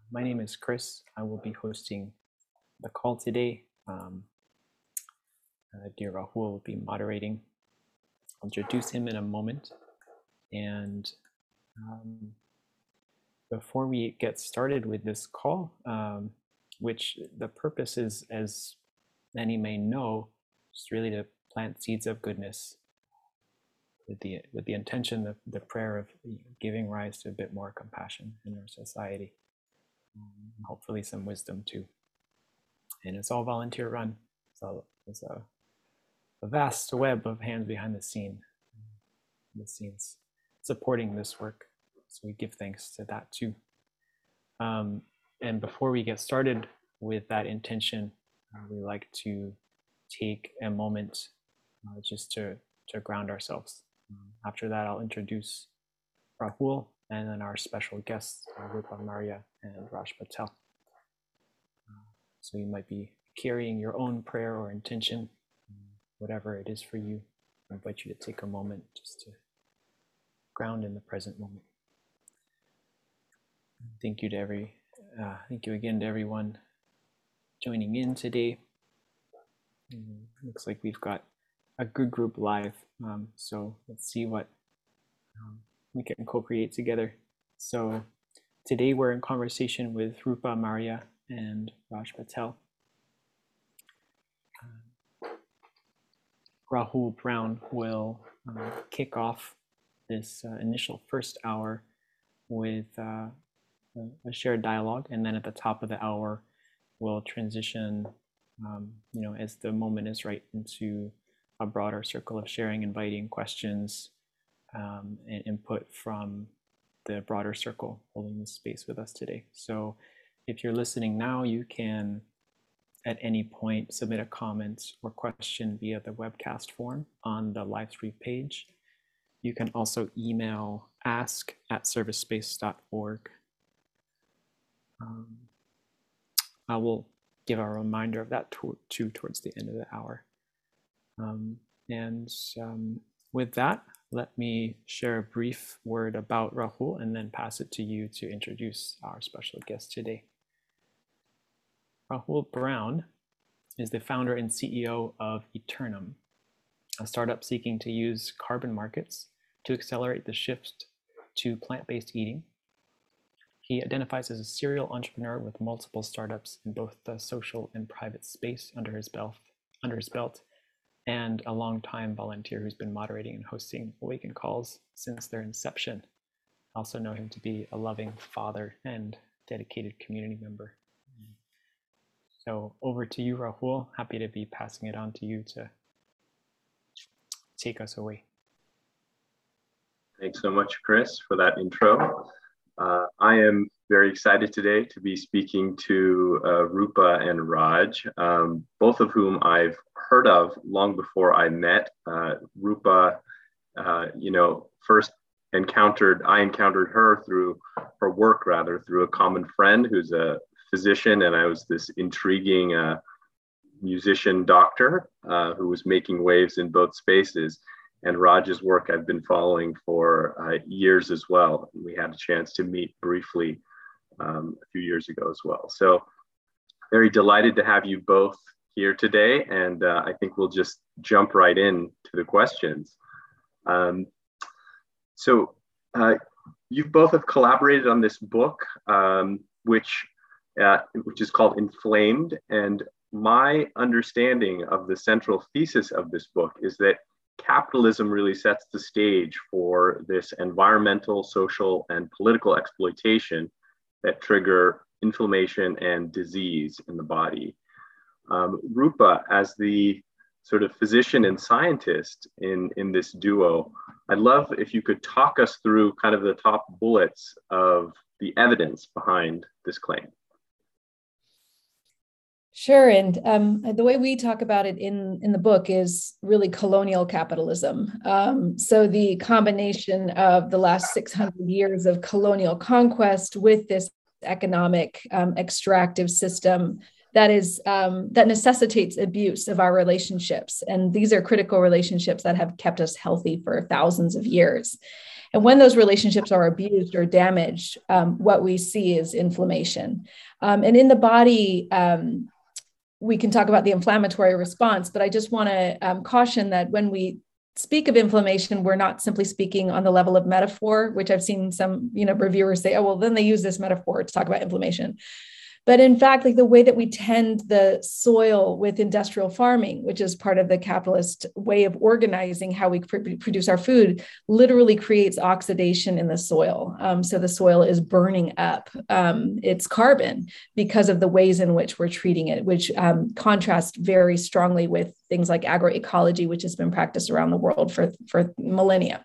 My name is Chris. I will be hosting the call today. Dear Rahul will be moderating. I'll introduce him in a moment. And before we get started with this call, which the purpose is, as many may know, just really to plant seeds of goodness with the intention, the prayer of giving rise to a bit more compassion in our society, and hopefully some wisdom too. And it's all volunteer run, so there's a vast web of hands behind the scenes supporting this work. So we give thanks to that too. And before we get started with that intention, we like to take a moment just to ground ourselves. After that, I'll introduce Rahul and then our special guests, Rupa Maria and Raj Patel. So you might be carrying your own prayer or intention, whatever it is for you. I invite you to take a moment just to ground in the present moment. Thank you again to everyone joining in today. Looks like we've got a good group live, so let's see what we can co-create together. So today we're in conversation with Rupa Maria and Raj Patel. Rahul Brown will kick off this initial first hour with a shared dialogue, and then at the top of the hour we'll transition, as the moment is right, into a broader circle of sharing, inviting questions and input from the broader circle holding this space with us today. So if you're listening now, you can at any point submit a comment or question via the webcast form on the live stream page. You can also email ask@servicespace.org. I will give a reminder of that too towards the end of the hour. With that, let me share a brief word about Rahul and then pass it to you to introduce our special guest today. Rahul Brown is the founder and CEO of Eternum, a startup seeking to use carbon markets to accelerate the shift to plant-based eating. He identifies as a serial entrepreneur with multiple startups in both the social and private space under his belt, and a long-time volunteer who's been moderating and hosting Awaken Calls since their inception. I also know him to be a loving father and dedicated community member. So over to you, Rahul. Happy to be passing it on to you to take us away. Thanks so much, Chris, for that intro. I am very excited today to be speaking to Rupa and Raj, both of whom I've heard of long before I met. Rupa, first I encountered her through her work, through a common friend who's a physician, and I was this intriguing musician doctor who was making waves in both spaces. And Raj's work I've been following for years as well. We had a chance to meet briefly a few years ago as well. So very delighted to have you both here today. And I think we'll just jump right in to the questions. So you both have collaborated on this book, which is called Inflamed. And my understanding of the central thesis of this book is that capitalism really sets the stage for this environmental, social, and political exploitation that trigger inflammation and disease in the body. Rupa, as the sort of physician and scientist in this duo, I'd love if you could talk us through kind of the top bullets of the evidence behind this claim. Sure, and the way we talk about it in the book is really colonial capitalism. So the combination of the last 600 years of colonial conquest with this economic extractive system that necessitates abuse of our relationships. And these are critical relationships that have kept us healthy for thousands of years. And when those relationships are abused or damaged, what we see is inflammation. And in the body, we can talk about the inflammatory response, but I just want to caution that when we speak of inflammation, we're not simply speaking on the level of metaphor, which I've seen some, reviewers say, oh, well, then they use this metaphor to talk about inflammation. But in fact, like the way that we tend the soil with industrial farming, which is part of the capitalist way of organizing how we produce our food, literally creates oxidation in the soil. So the soil is burning up its carbon because of the ways in which we're treating it, which contrast very strongly with things like agroecology, which has been practiced around the world for millennia.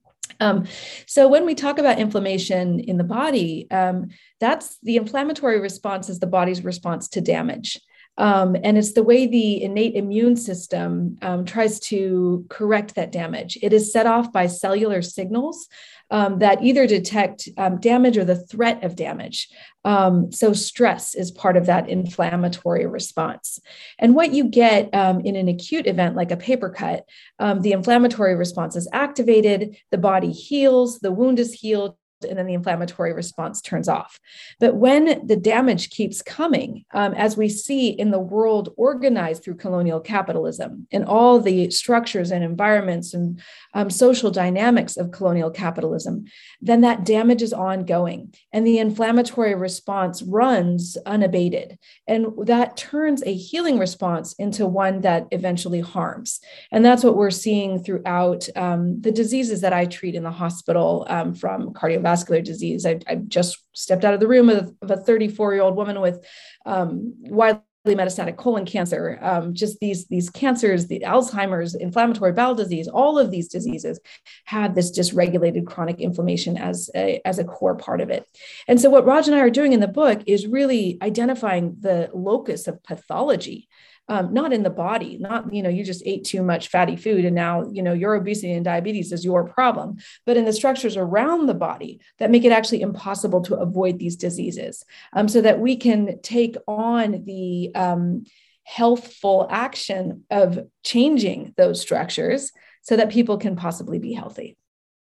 So when we talk about inflammation in the body, that's the inflammatory response is the body's response to damage. And it's the way the innate immune system tries to correct that damage. It is set off by cellular signals that either detect damage or the threat of damage. So stress is part of that inflammatory response. And what you get in an acute event like a paper cut, the inflammatory response is activated, the body heals, the wound is healed, and then the inflammatory response turns off. But when the damage keeps coming, as we see in the world organized through colonial capitalism and all the structures and environments and social dynamics of colonial capitalism, then that damage is ongoing and the inflammatory response runs unabated. And that turns a healing response into one that eventually harms. And that's what we're seeing throughout the diseases that I treat in the hospital, from cardiovascular disease. I just stepped out of the room of a 34-year-old woman with widely metastatic colon cancer, just these cancers, the Alzheimer's, inflammatory bowel disease, all of these diseases have this dysregulated chronic inflammation as a core part of it. And so what Raj and I are doing in the book is really identifying the locus of pathology. Not in the body, not, you just ate too much fatty food and now, your obesity and diabetes is your problem, but in the structures around the body that make it actually impossible to avoid these diseases, so that we can take on the healthful action of changing those structures so that people can possibly be healthy.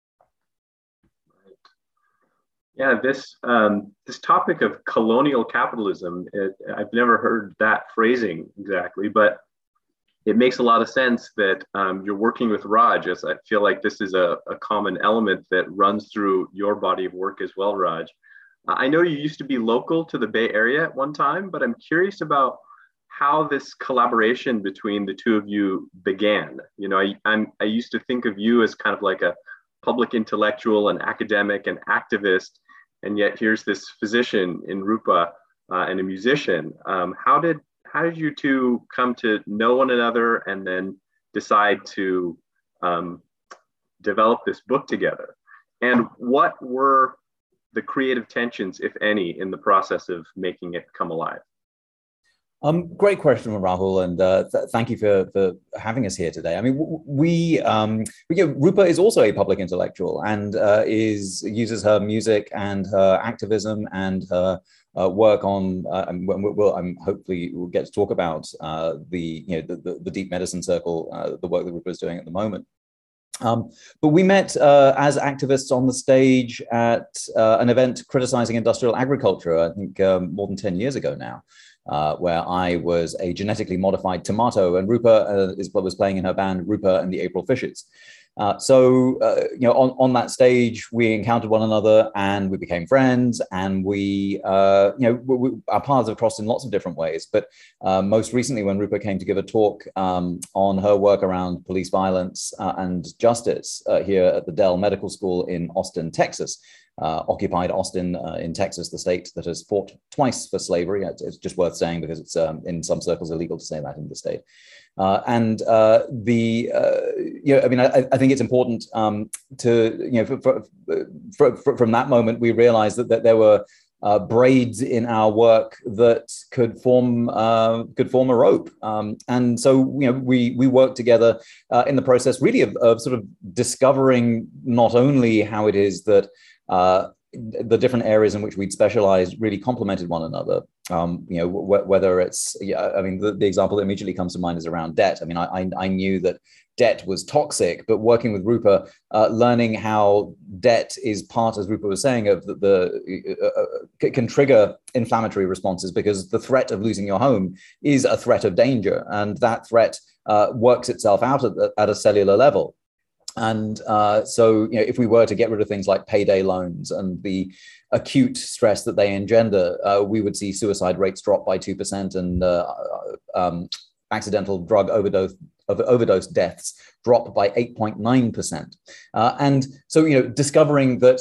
Yeah, this topic of colonial capitalism, I've never heard that phrasing exactly, but it makes a lot of sense that you're working with Raj, as I feel like this is a common element that runs through your body of work as well, Raj. I know you used to be local to the Bay Area at one time, but I'm curious about how this collaboration between the two of you began. I used to think of you as kind of like a public intellectual and academic and activist, and yet here's this physician in Rupa and a musician. How did you two come to know one another and then decide to develop this book together? And what were the creative tensions, if any, in the process of making it come alive? Great question, Rahul, and thank you for having us here today. I mean, Rupa is also a public intellectual and uses her music and her activism and her work on. Hopefully we'll get to talk about the Deep Medicine Circle, the work that Rupa is doing at the moment. But we met as activists on the stage at an event criticizing industrial agriculture, I think more than 10 years ago now. Where I was a genetically modified tomato, and Rupa was playing in her band Rupa and the April Fishes. On that stage, we encountered one another and we became friends, and our paths have crossed in lots of different ways. But most recently, when Rupa came to give a talk on her work around police violence and justice here at the Dell Medical School in Austin, Texas, occupied Austin in Texas, the state that has fought twice for slavery. It's just worth saying because it's in some circles illegal to say that in the state. I think it's important from that moment we realized that there were braids in our work that could form a rope, and so we worked together in the process really of sort of discovering not only how it is that the different areas in which we'd specialized really complemented one another, whether it's, I mean, the example that immediately comes to mind is around debt. I mean, I knew that debt was toxic, but working with Rupa, learning how debt is part, as Rupa was saying, of can trigger inflammatory responses, because the threat of losing your home is a threat of danger, and that threat works itself out at a cellular level. And so, if we were to get rid of things like payday loans and the acute stress that they engender, we would see suicide rates drop by 2% and accidental drug overdose deaths drop by 8.9%. And so, discovering that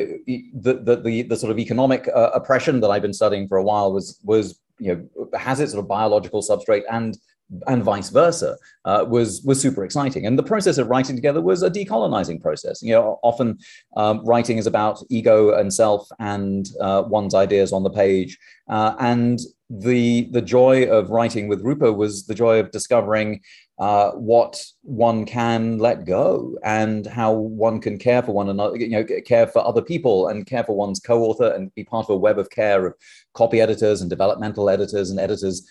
the sort of economic oppression that I've been studying for a while was has its sort of biological substrate and vice versa, was super exciting. And the process of writing together was a decolonizing process. Often writing is about ego and self and one's ideas on the page. And the joy of writing with Rupa was the joy of discovering what one can let go, and how one can care for one another, care for other people, and care for one's co-author, and be part of a web of care of copy editors and developmental editors and editors,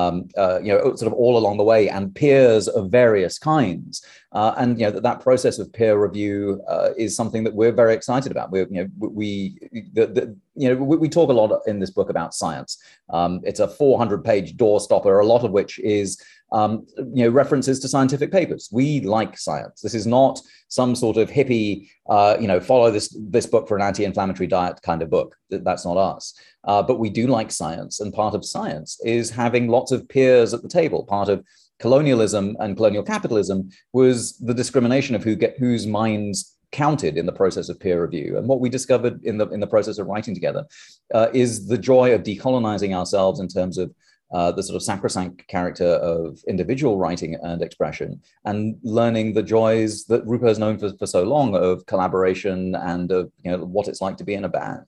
sort of all along the way, and peers of various kinds. And that process of peer review is something that we're very excited about. We talk a lot in this book about science. It's a 400-page doorstopper, a lot of which is references to scientific papers. We like science. This is not some sort of hippie, follow this book for an anti-inflammatory diet kind of book. That's not us. But we do like science, and part of science is having lots of peers at the table. Part of colonialism and colonial capitalism was the discrimination of whose minds counted in the process of peer review. And what we discovered in the process of writing together is the joy of decolonizing ourselves in terms of the sort of sacrosanct character of individual writing and expression, and learning the joys that Rupa has known for so long of collaboration and of what it's like to be in a band.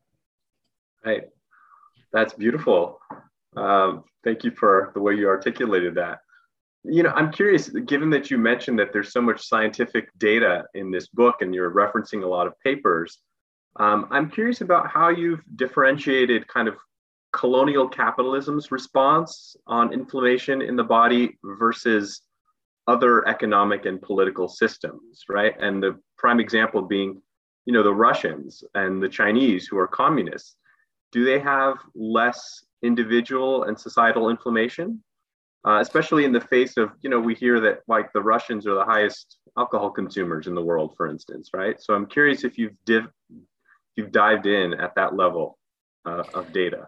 Right, that's beautiful. Thank you for the way you articulated that. I'm curious, given that you mentioned that there's so much scientific data in this book and you're referencing a lot of papers, I'm curious about how you've differentiated kind of colonial capitalism's response on inflammation in the body versus other economic and political systems, right? And the prime example being, the Russians and the Chinese, who are communists. Do they have less individual and societal inflammation? Especially in the face of, we hear that like the Russians are the highest alcohol consumers in the world, for instance, right? So I'm curious if you've dived in at that level of data.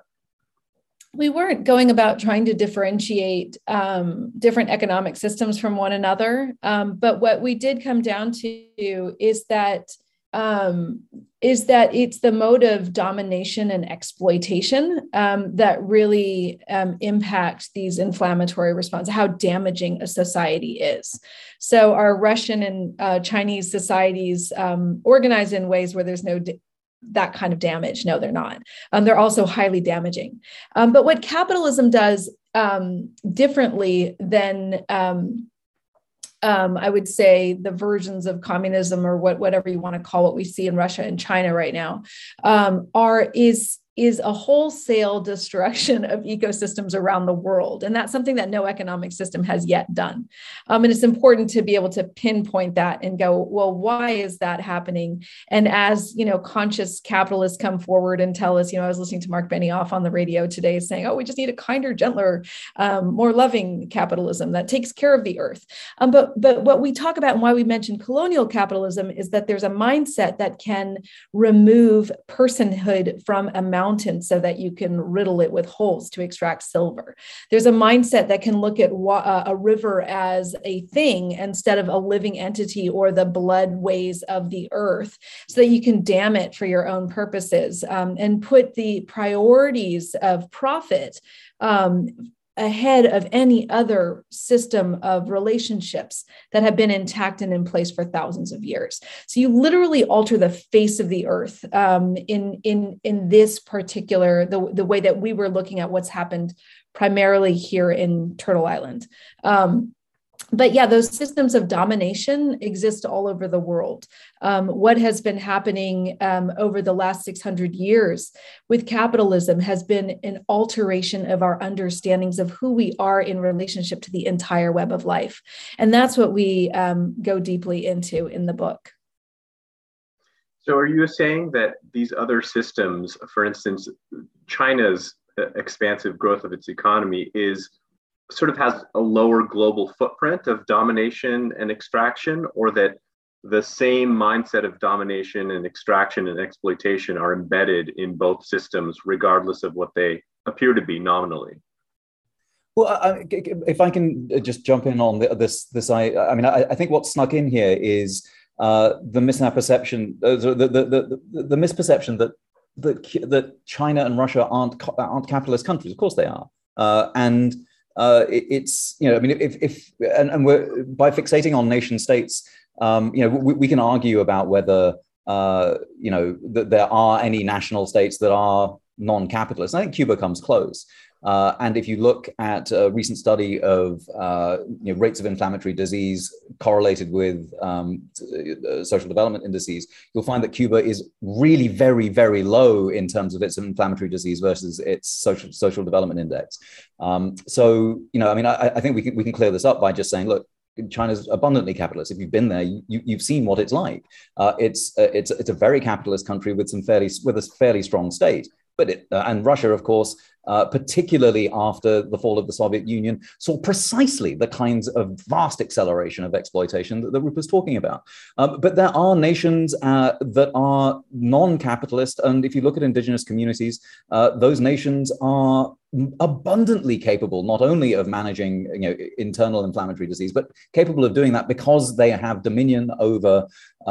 We weren't going about trying to differentiate different economic systems from one another. But what we did come down to is that it's the mode of domination and exploitation that really impact these inflammatory responses, how damaging a society is. So our Russian and Chinese societies organize in ways where there's no that kind of damage. No, they're not. They're also highly damaging. But what capitalism does differently than I would say the versions of communism, or whatever you want to call what we see in Russia and China right now, is a wholesale destruction of ecosystems around the world. And that's something that no economic system has yet done. And it's important to be able to pinpoint that and go, well, why is that happening? And as, conscious capitalists come forward and tell us, I was listening to Mark Benioff on the radio today saying, we just need a kinder, gentler, more loving capitalism that takes care of the earth. But what we talk about and why we mention colonial capitalism is that there's a mindset that can remove personhood from a mountain so that you can riddle it with holes to extract silver. There's a mindset that can look at a river as a thing instead of a living entity or the blood ways of the earth, so that you can dam it for your own purposes and put the priorities of profit ahead of any other system of relationships that have been intact and in place for thousands of years. So you literally alter the face of the earth in this particular, the way that we were looking at what's happened primarily here in Turtle Island. but yeah, those systems of domination exist all over the world. What has been happening over the last 600 years with capitalism has been an alteration of our understandings of who we are in relationship to the entire web of life. And that's what we go deeply into in the book. So are you saying that these other systems, for instance, China's expansive growth of its economy sort of has a lower global footprint of domination and extraction, or that the same mindset of domination and extraction and exploitation are embedded in both systems, regardless of what they appear to be nominally? Well, if I can just jump in on this, I think what snuck in here is the misperception, the misperception that China and Russia aren't capitalist countries. Of course they are, and it's, you know, I mean, and we're, by fixating on nation states, you know, we can argue about whether you know, that there are any national states that are non-capitalist. I think Cuba comes close. And if you look at a recent study of you know, rates of inflammatory disease correlated with social development indices, you'll find that Cuba is really very, very low in terms of its inflammatory disease versus its social development index. So, you know, I mean, I think we can clear this up by just saying, look, China's abundantly capitalist. If you've been there, you've seen what it's like. It's a very capitalist country with a fairly strong state. But and Russia, of course, particularly after the fall of the Soviet Union, saw precisely the kinds of vast acceleration of exploitation that Rupa's talking about. But there are nations that are non-capitalist, and if you look at indigenous communities, those nations are abundantly capable not only of managing, you know, internal inflammatory disease, but capable of doing that because they have dominion over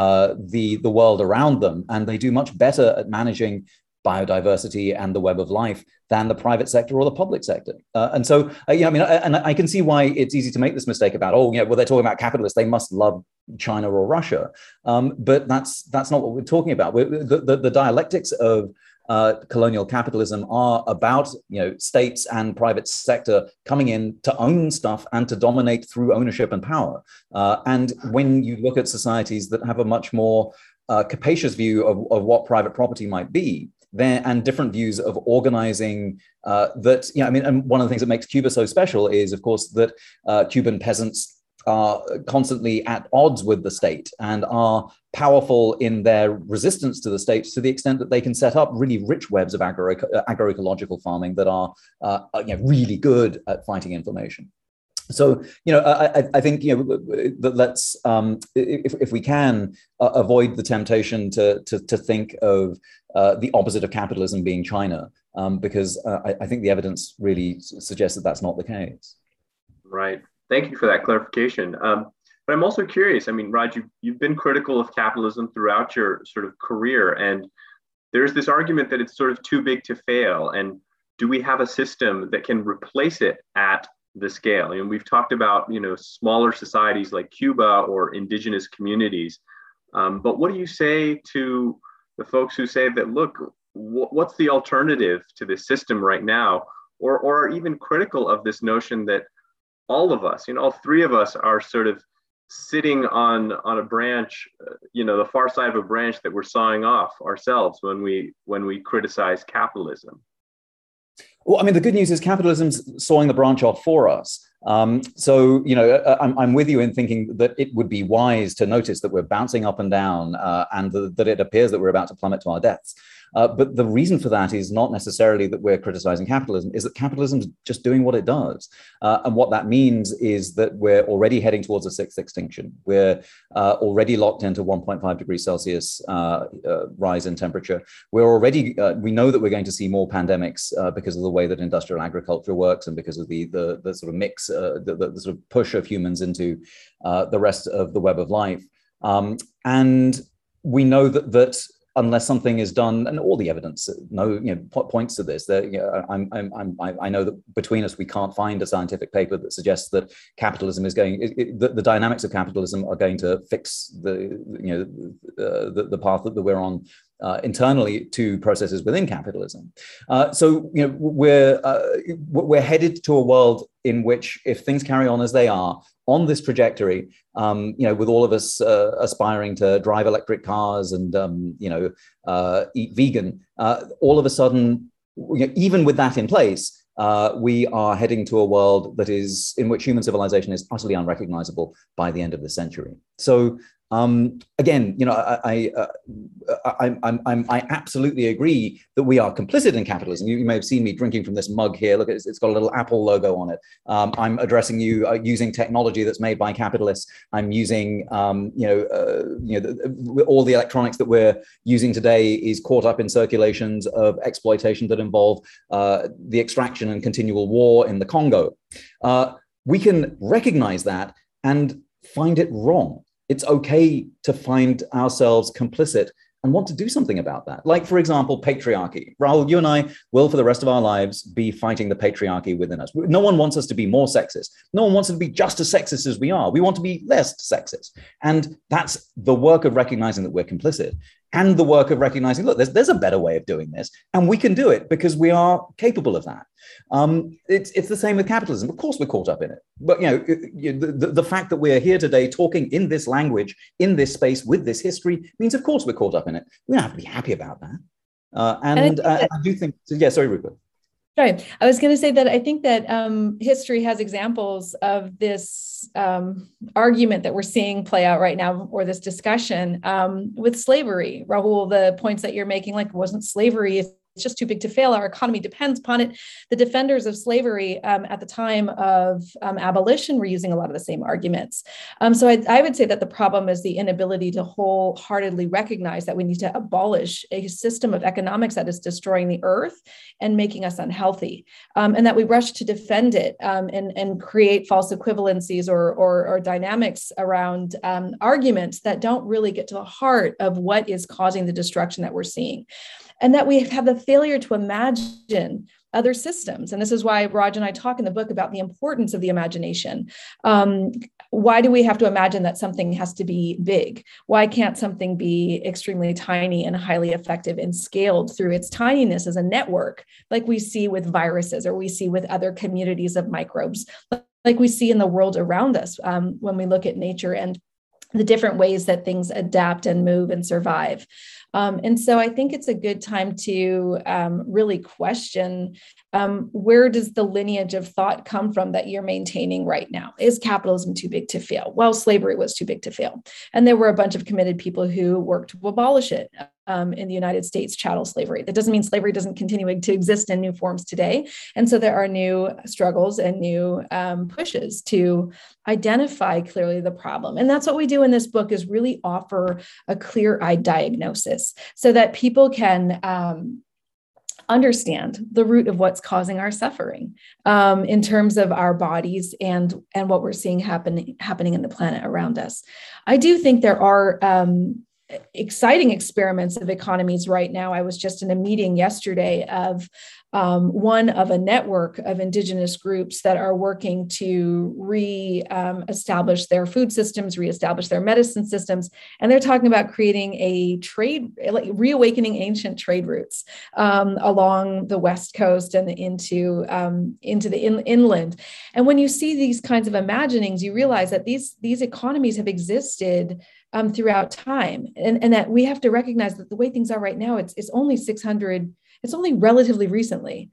the world around them, and they do much better at managing biodiversity and the web of life than the private sector or the public sector. And so, yeah, I mean, and I can see why it's easy to make this mistake about, oh, yeah, well, they're talking about capitalists, they must love China or Russia. But that's not what we're talking about. The dialectics of colonial capitalism are about, you know, states and private sector coming in to own stuff and to dominate through ownership and power. And when you look at societies that have a much more capacious view of what private property might be, there, and different views of organizing that, you know, I mean, and one of the things that makes Cuba so special is, of course, that Cuban peasants are constantly at odds with the state and are powerful in their resistance to the state to the extent that they can set up really rich webs of agroecological farming that are you know, really good at fighting inflammation. So, you know, I think, you know, that let's, if we can, avoid the temptation to think of the opposite of capitalism being China, because I think the evidence really suggests that that's not the case. Right. Thank you for that clarification. But I'm also curious. I mean, Raj, you've been critical of capitalism throughout your sort of career, and there's this argument that it's sort of too big to fail. And do we have a system that can replace it at the scale? And we've talked about, you know, smaller societies like Cuba or indigenous communities. But what do you say to the folks who say that, look, what's the alternative to this system right now? Or are even critical of this notion that all of us, you know, all three of us are sort of sitting on a branch, you know, the far side of a branch that we're sawing off ourselves when we criticize capitalism? Well, I mean, the good news is capitalism's sawing the branch off for us. So, you know, I'm with you in thinking that it would be wise to notice that we're bouncing up and down and that it appears that we're about to plummet to our deaths. But the reason for that is not necessarily that we're criticizing capitalism, is that capitalism's just doing what it does. And what that means is that we're already heading towards a sixth extinction. We're already locked into 1.5 degrees Celsius rise in temperature. We're already, we know that we're going to see more pandemics because of the way that industrial agriculture works and because of the sort of mix, the sort of push of humans into the rest of the web of life. And we know that unless something is done, and all the evidence points to this. That, you know, I know that between us we can't find a scientific paper that suggests that capitalism is going. The dynamics of capitalism are going to fix the path that we're on internally to processes within capitalism. So we're headed to a world in which, if things carry on as they are on this trajectory, with all of us aspiring to drive electric cars and eat vegan, all of a sudden, even with that in place, we are heading to a world that is in which human civilization is utterly unrecognizable by the end of the century. So again, I absolutely agree that we are complicit in capitalism. You may have seen me drinking from this mug here. Look, it's got a little Apple logo on it. I'm addressing you using technology that's made by capitalists. I'm using, all the electronics that we're using today is caught up in circulations of exploitation that involve the extraction and continual war in the Congo. We can recognize that and find it wrong. It's okay to find ourselves complicit and want to do something about that. Like, for example, patriarchy. Rahul, you and I will, for the rest of our lives, be fighting the patriarchy within us. No one wants us to be more sexist. No one wants us to be just as sexist as we are. We want to be less sexist. And that's the work of recognizing that we're complicit, and the work of recognizing, look, there's a better way of doing this, and we can do it because we are capable of that. It's the same with capitalism. Of course, we're caught up in it. But the fact that we're here today talking in this language, in this space, with this history, means, of course, we're caught up in it. We don't have to be happy about that. I do think, yeah, sorry, Rupert. Sorry, I was going to say that I think that history has examples of this argument that we're seeing play out right now, or this discussion with slavery. Rahul, the points that you're making, like, wasn't slavery, it's just too big to fail. Our economy depends upon it. The defenders of slavery at the time of abolition were using a lot of the same arguments. So I would say that the problem is the inability to wholeheartedly recognize that we need to abolish a system of economics that is destroying the earth and making us unhealthy, and that we rush to defend it and create false equivalencies or dynamics around arguments that don't really get to the heart of what is causing the destruction that we're seeing. And that we have the failure to imagine other systems. And this is why Raj and I talk in the book about the importance of the imagination. Why do we have to imagine that something has to be big? Why can't something be extremely tiny and highly effective and scaled through its tininess as a network, like we see with viruses, or we see with other communities of microbes, like we see in the world around us when we look at nature and the different ways that things adapt and move and survive. And so I think it's a good time to really question where does the lineage of thought come from that you're maintaining right now? Is capitalism too big to fail? Well, slavery was too big to fail. And there were a bunch of committed people who worked to abolish it. In the United States, chattel slavery. That doesn't mean slavery doesn't continue to exist in new forms today. And so there are new struggles and new pushes to identify clearly the problem. And that's what we do in this book, is really offer a clear-eyed diagnosis so that people can understand the root of what's causing our suffering in terms of our bodies and what we're seeing happening in the planet around us. I do think there are exciting experiments of economies right now. I was just in a meeting yesterday of one of a network of indigenous groups that are working to reestablish their food systems, reestablish their medicine systems. And they're talking about creating a trade, like reawakening ancient trade routes along the West Coast and into the inland. And when you see these kinds of imaginings, you realize that these economies have existed throughout time, and that we have to recognize that the way things are right now, it's only 600. It's only relatively recently,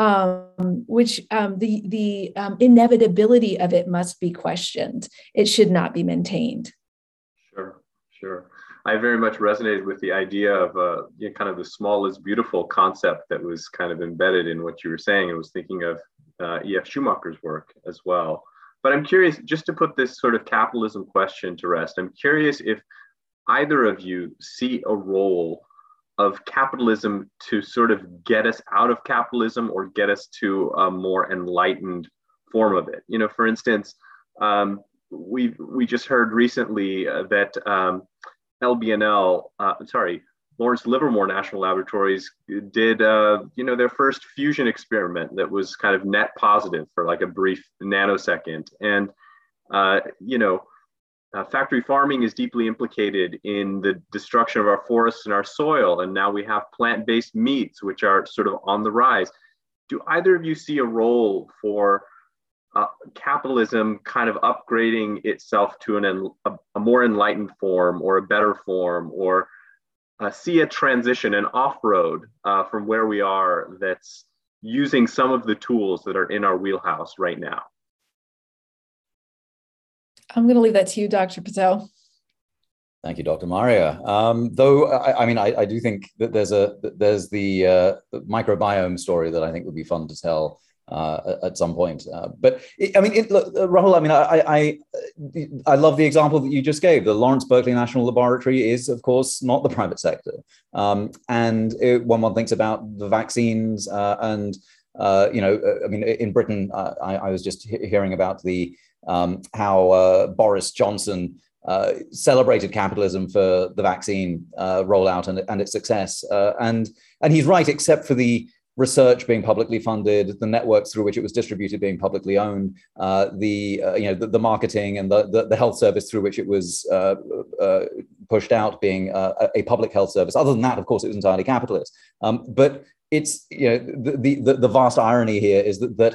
which the inevitability of it must be questioned. It should not be maintained. Sure. I very much resonated with the idea of kind of the small is beautiful concept that was kind of embedded in what you were saying. I was thinking of E.F. Schumacher's work as well. But I'm curious, just to put this sort of capitalism question to rest, I'm curious if either of you see a role of capitalism to sort of get us out of capitalism or get us to a more enlightened form of it. For instance, we just heard recently that Lawrence Livermore National Laboratories did, their first fusion experiment that was kind of net positive for like a brief nanosecond. And, Factory farming is deeply implicated in the destruction of our forests and our soil. And now we have plant-based meats, which are sort of on the rise. Do either of you see a role for capitalism kind of upgrading itself to a more enlightened form or a better form, or see a transition, an off-road from where we are that's using some of the tools that are in our wheelhouse right now? I'm going to leave that to you, Dr. Patel. Thank you, Dr. Maria. Though, I do think that there's the microbiome story that I think would be fun to tell at some point. But look, Rahul, I love the example that you just gave. The Lawrence Berkeley National Laboratory is, of course, not the private sector. When one thinks about the vaccines in Britain, I was just hearing about how Boris Johnson celebrated capitalism for the vaccine rollout and its success. And he's right, except for the research being publicly funded, the networks through which it was distributed being publicly owned, the marketing and the health service through which it was pushed out being a public health service. Other than that, of course, it was entirely capitalist. But it's the vast irony here is that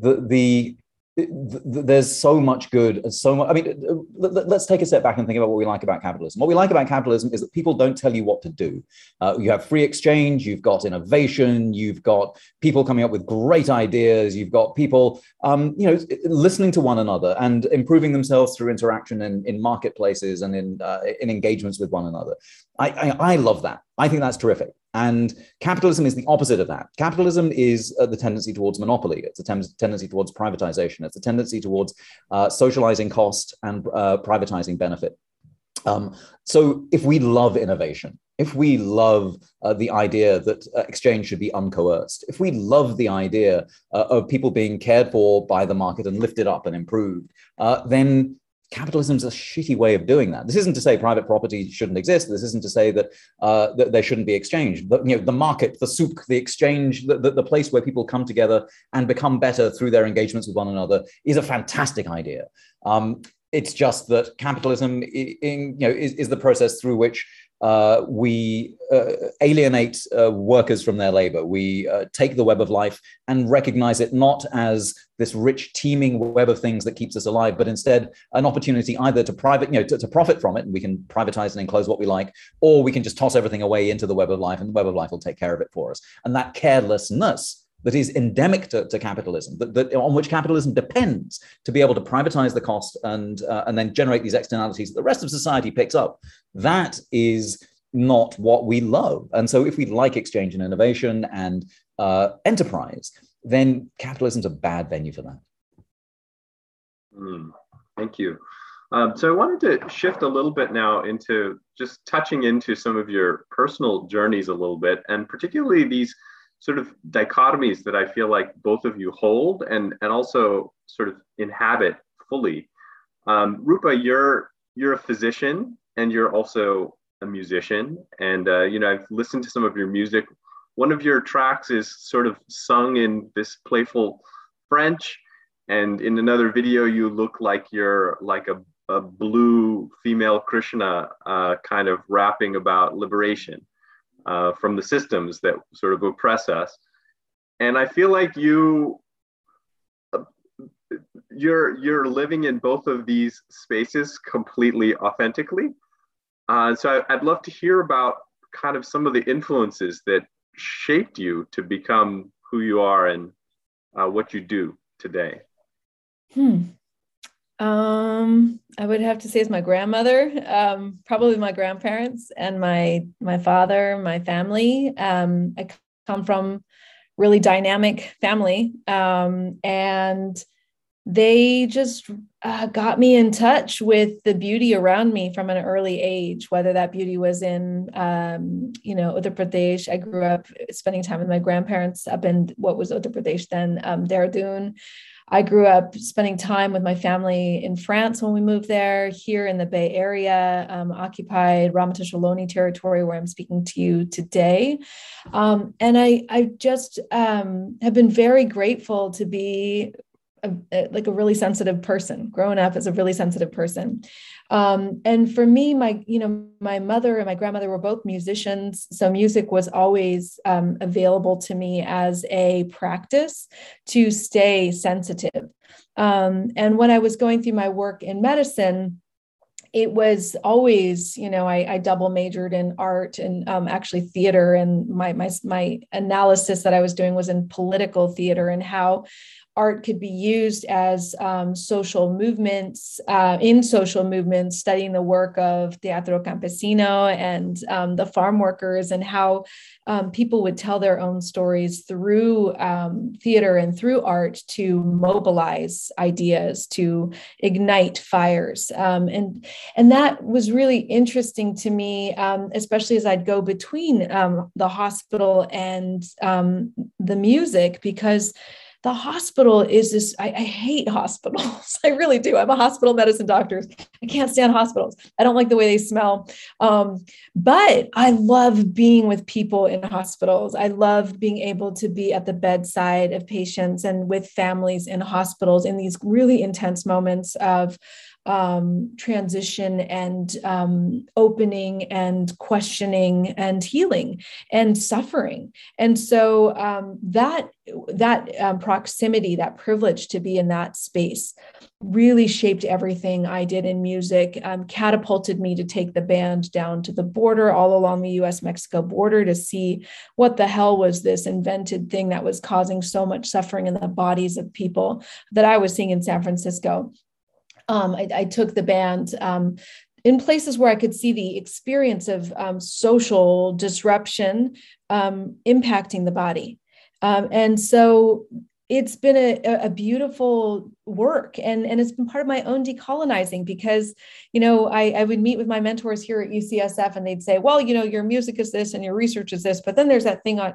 there's so much good and so much. Let's take a step back and think about what we like about capitalism. What we like about capitalism is that people don't tell you what to do. You have free exchange, you've got innovation, you've got people coming up with great ideas, you've got people, listening to one another and improving themselves through interaction in marketplaces and in engagements with one another. I love that. I think that's terrific. And capitalism is the opposite of that. Capitalism is the tendency towards monopoly. It's a tendency towards privatization. It's a tendency towards socializing cost and privatizing benefit. So if we love innovation, if we love the idea that exchange should be uncoerced, if we love the idea of people being cared for by the market and lifted up and improved, then capitalism is a shitty way of doing that. This isn't to say private property shouldn't exist. This isn't to say that that there shouldn't be exchange. But the market, the souk, the exchange, the place where people come together and become better through their engagements with one another is a fantastic idea. It's just that capitalism, is the process through which we alienate workers from their labor. We take the web of life and recognize it not as this rich, teeming web of things that keeps us alive, but instead an opportunity either to to profit from it, and we can privatize and enclose what we like, or we can just toss everything away into the web of life, and the web of life will take care of it for us. And that carelessness that is endemic to capitalism, that on which capitalism depends to be able to privatize the cost and then generate these externalities that the rest of society picks up. That is not what we love. And so if we like exchange and innovation and enterprise, then capitalism's a bad venue for that. Thank you. So I wanted to shift a little bit now into just touching into some of your personal journeys a little bit, and particularly these sort of dichotomies that I feel like both of you hold and also sort of inhabit fully. Rupa, you're a physician and you're also a musician. And, I've listened to some of your music. One of your tracks is sort of sung in this playful French. And in another video, you look like you're like a blue female Krishna kind of rapping about liberation from the systems that sort of oppress us. And I feel like you're living in both of these spaces completely authentically. So I'd love to hear about kind of some of the influences that shaped you to become who you are and what you do today. I would have to say it's my grandmother, probably my grandparents and my father, my family. I come from really dynamic family, and they just got me in touch with the beauty around me from an early age, whether that beauty was in, Uttar Pradesh. I grew up spending time with my grandparents up in what was Uttar Pradesh then, Dehradun. I grew up spending time with my family in France when we moved there, here in the Bay Area, occupied Ramaytush Ohlone territory where I'm speaking to you today. And I just have been very grateful to be like a really sensitive person, growing up as a really sensitive person. And for me, my mother and my grandmother were both musicians. So music was always available to me as a practice to stay sensitive. And when I was going through my work in medicine, it was always, I double majored in art and actually theater. And my analysis that I was doing was in political theater and how art could be used as social movements, in social movements, studying the work of Teatro Campesino and the farm workers, and how people would tell their own stories through theater and through art to mobilize ideas, to ignite fires. And that was really interesting to me, especially as I'd go between the hospital and the music, because the hospital is this, I hate hospitals. I really do. I'm a hospital medicine doctor. I can't stand hospitals. I don't like the way they smell. But I love being with people in hospitals. I love being able to be at the bedside of patients and with families in hospitals in these really intense moments of transition and opening and questioning and healing and suffering. And so that proximity, that privilege to be in that space really shaped everything I did in music, catapulted me to take the band down to the border, all along the US-Mexico border, to see what the hell was this invented thing that was causing so much suffering in the bodies of people that I was seeing in San Francisco. I took the band in places where I could see the experience of social disruption impacting the body. And so it's been a beautiful work, and it's been part of my own decolonizing, because, I would meet with my mentors here at UCSF and they'd say, well, your music is this and your research is this, but then there's that thing on,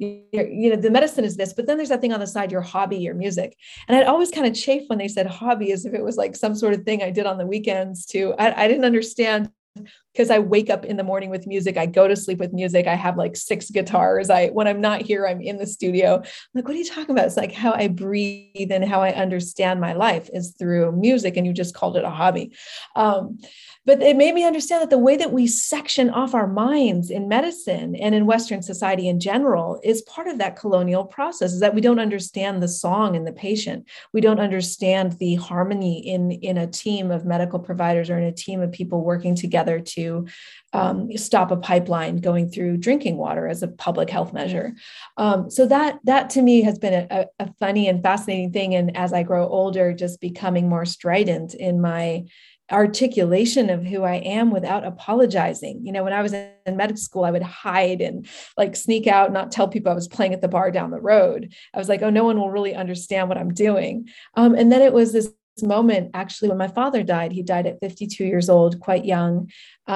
the medicine is this, but then there's that thing on the side, your hobby, your music. And I'd always kind of chafe when they said hobby, as if it was like some sort of thing I did on the weekends too. I didn't understand, because I wake up in the morning with music. I go to sleep with music. I have like 6 guitars. When I'm not here, I'm in the studio. I'm like, what are you talking about? It's like how I breathe and how I understand my life is through music. And you just called it a hobby. But it made me understand that the way that we section off our minds in medicine and in Western society in general is part of that colonial process, is that we don't understand the song in the patient. We don't understand the harmony in a team of medical providers or in a team of people working together to stop a pipeline going through drinking water as a public health measure. So that to me has been a funny and fascinating thing. And as I grow older, just becoming more strident in my articulation of who I am without apologizing. When I was in medical school, I would hide and like sneak out and not tell people I was playing at the bar down the road. I was like, oh, no one will really understand what I'm doing. And then it was this moment, actually, when my father died. He died at 52 years old, quite young,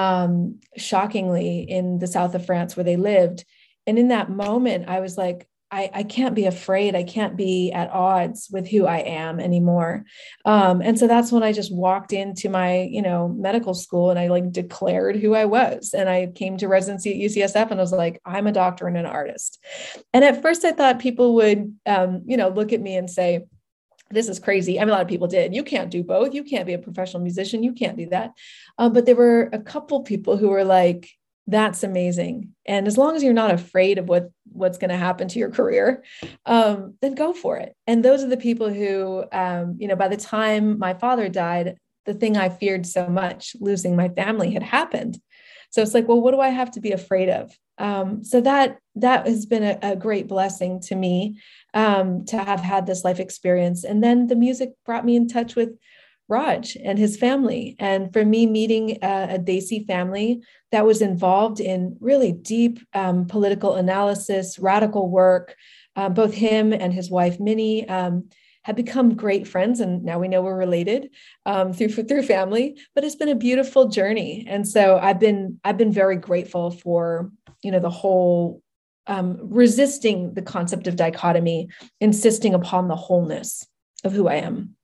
shockingly, in the south of France where they lived. And in that moment, I was like, I can't be afraid. I can't be at odds with who I am anymore. And so that's when I just walked into my, medical school, and I like declared who I was. And I came to residency at UCSF and I was like, I'm a doctor and an artist. And at first I thought people would, look at me and say, this is crazy. A lot of people did. You can't do both. You can't be a professional musician. You can't do that. But there were a couple people who were like, that's amazing. And as long as you're not afraid of what's going to happen to your career, then go for it. And those are the people who, by the time my father died, the thing I feared so much, losing my family, had happened. So it's like, well, what do I have to be afraid of? So that has been a great blessing to me, to have had this life experience. And then the music brought me in touch with Raj and his family. And for me, meeting a Desi family that was involved in really deep political analysis, radical work, both him and his wife, Minnie, have become great friends. And now we know we're related through family, but it's been a beautiful journey. And so I've been very grateful for, the whole resisting the concept of dichotomy, insisting upon the wholeness of who I am.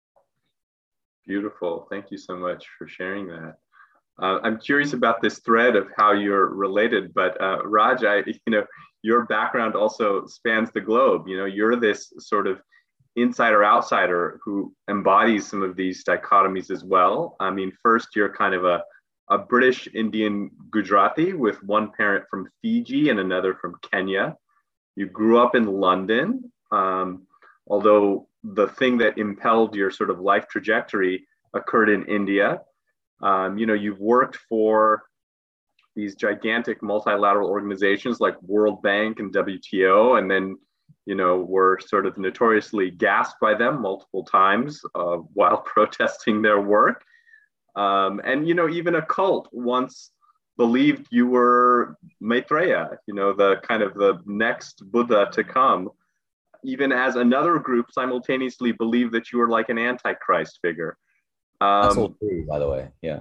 Beautiful. Thank you so much for sharing that. I'm curious about this thread of how you're related, but Raj, your background also spans the globe. You're this sort of insider outsider who embodies some of these dichotomies as well. I mean, first, you're kind of a British Indian Gujarati with one parent from Fiji and another from Kenya. You grew up in London, although the thing that impelled your sort of life trajectory occurred in India. You've worked for these gigantic multilateral organizations like World Bank and WTO, and then were sort of notoriously gassed by them multiple times while protesting their work. Even a cult once believed you were Maitreya, the kind of the next Buddha to come, even as another group simultaneously believed that you were like an antichrist figure. That's all true, by the way. Yeah.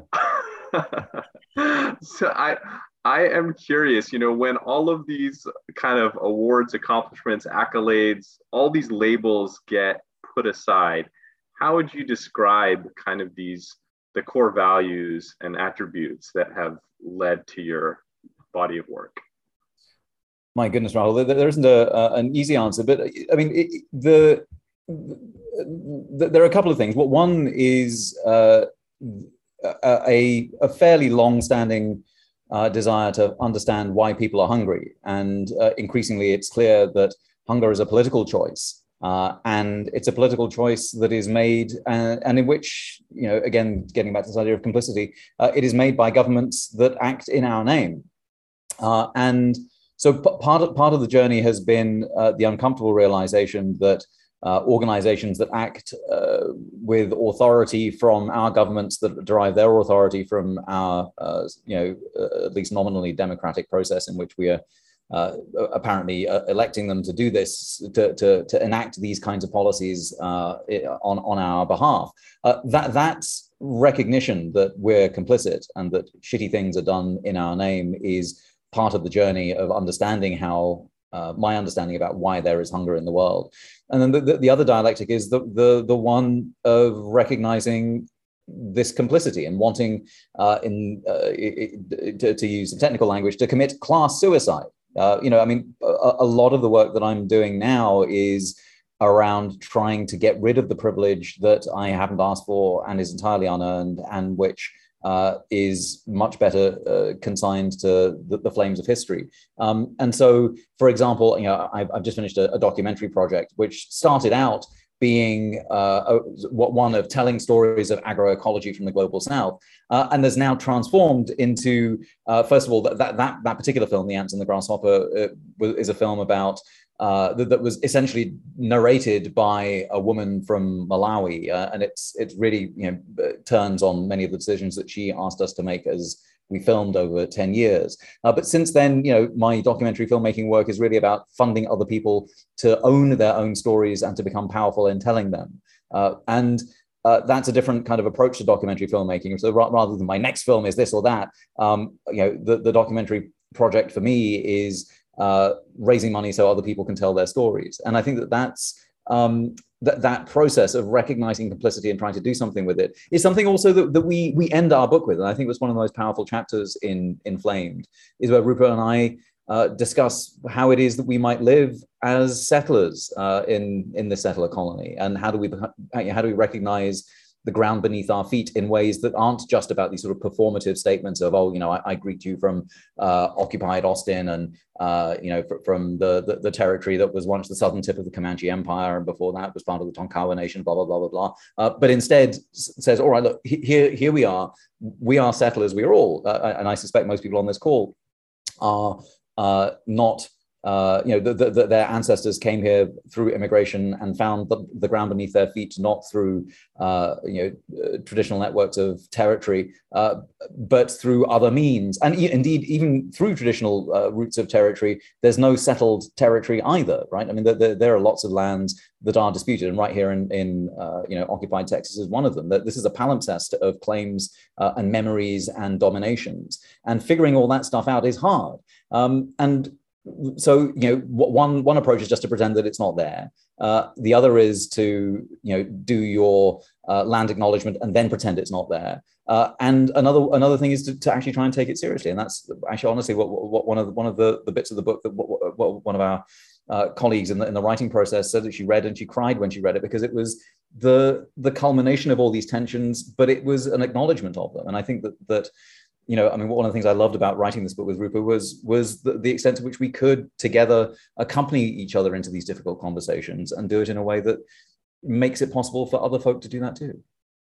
So I am curious, when all of these kind of awards, accomplishments, accolades, all these labels get put aside, how would you describe kind of the core values and attributes that have led to your body of work? My goodness, Rahul, there isn't an easy answer, but I mean, there are a couple of things. One is a fairly long-standing desire to understand why people are hungry. And increasingly, it's clear that hunger is a political choice. And it's a political choice that is made, and in which, again, getting back to this idea of complicity, it is made by governments that act in our name. And so part of the journey has been the uncomfortable realization that organizations that act with authority from our governments, that derive their authority from our, at least nominally democratic process in which we are apparently electing them to do this, to enact these kinds of policies on our behalf. That's recognition that we're complicit and that shitty things are done in our name is part of the journey of understanding how my understanding about why there is hunger in the world. And then the other dialectic is the one of recognizing this complicity and wanting, to use some technical language, to commit class suicide. A lot of the work that I'm doing now is around trying to get rid of the privilege that I haven't asked for and is entirely unearned, and which is much better consigned to the flames of history. And so, for example, I've just finished a documentary project which started out being one of telling stories of agroecology from the global south, and has now transformed into, first of all, that particular film, The Ants and the Grasshopper, is a film about that was essentially narrated by a woman from Malawi, and it's really turns on many of the decisions that she asked us to make as we filmed over 10 years. But since then, my documentary filmmaking work is really about funding other people to own their own stories and to become powerful in telling them. And that's a different kind of approach to documentary filmmaking. So rather than my next film is this or that, the documentary project for me is raising money so other people can tell their stories. And I think that's that process of recognizing complicity and trying to do something with it is something also that we end our book with. And I think it was one of the most powerful chapters in Inflamed, is where Rupert and I discuss how it is that we might live as settlers in the settler colony, and how do we recognize the ground beneath our feet in ways that aren't just about these sort of performative statements of, I greet you from occupied Austin and, from the territory that was once the southern tip of the Comanche Empire, and before that was part of the Tonkawa Nation, blah, blah, blah, blah, blah. But instead says, all right, look, here we are settlers, we are all, and I suspect most people on this call are not, their ancestors came here through immigration and found the ground beneath their feet, not through, traditional networks of territory, but through other means. And indeed, even through traditional routes of territory, there's no settled territory either, right? I mean, there are lots of lands that are disputed, and right here in occupied Texas is one of them. That this is a palimpsest of claims and memories and dominations, and figuring all that stuff out is hard. And so, one approach is just to pretend that it's not there. The other is to, do your land acknowledgement and then pretend it's not there. And another thing is to actually try and take it seriously. And that's actually, honestly, what one of the bits of the book that one of our colleagues in the writing process said that she read and she cried when she read it, because it was the culmination of all these tensions, but it was an acknowledgement of them. And I think that I mean, one of the things I loved about writing this book with Rupa was the extent to which we could together accompany each other into these difficult conversations and do it in a way that makes it possible for other folk to do that too.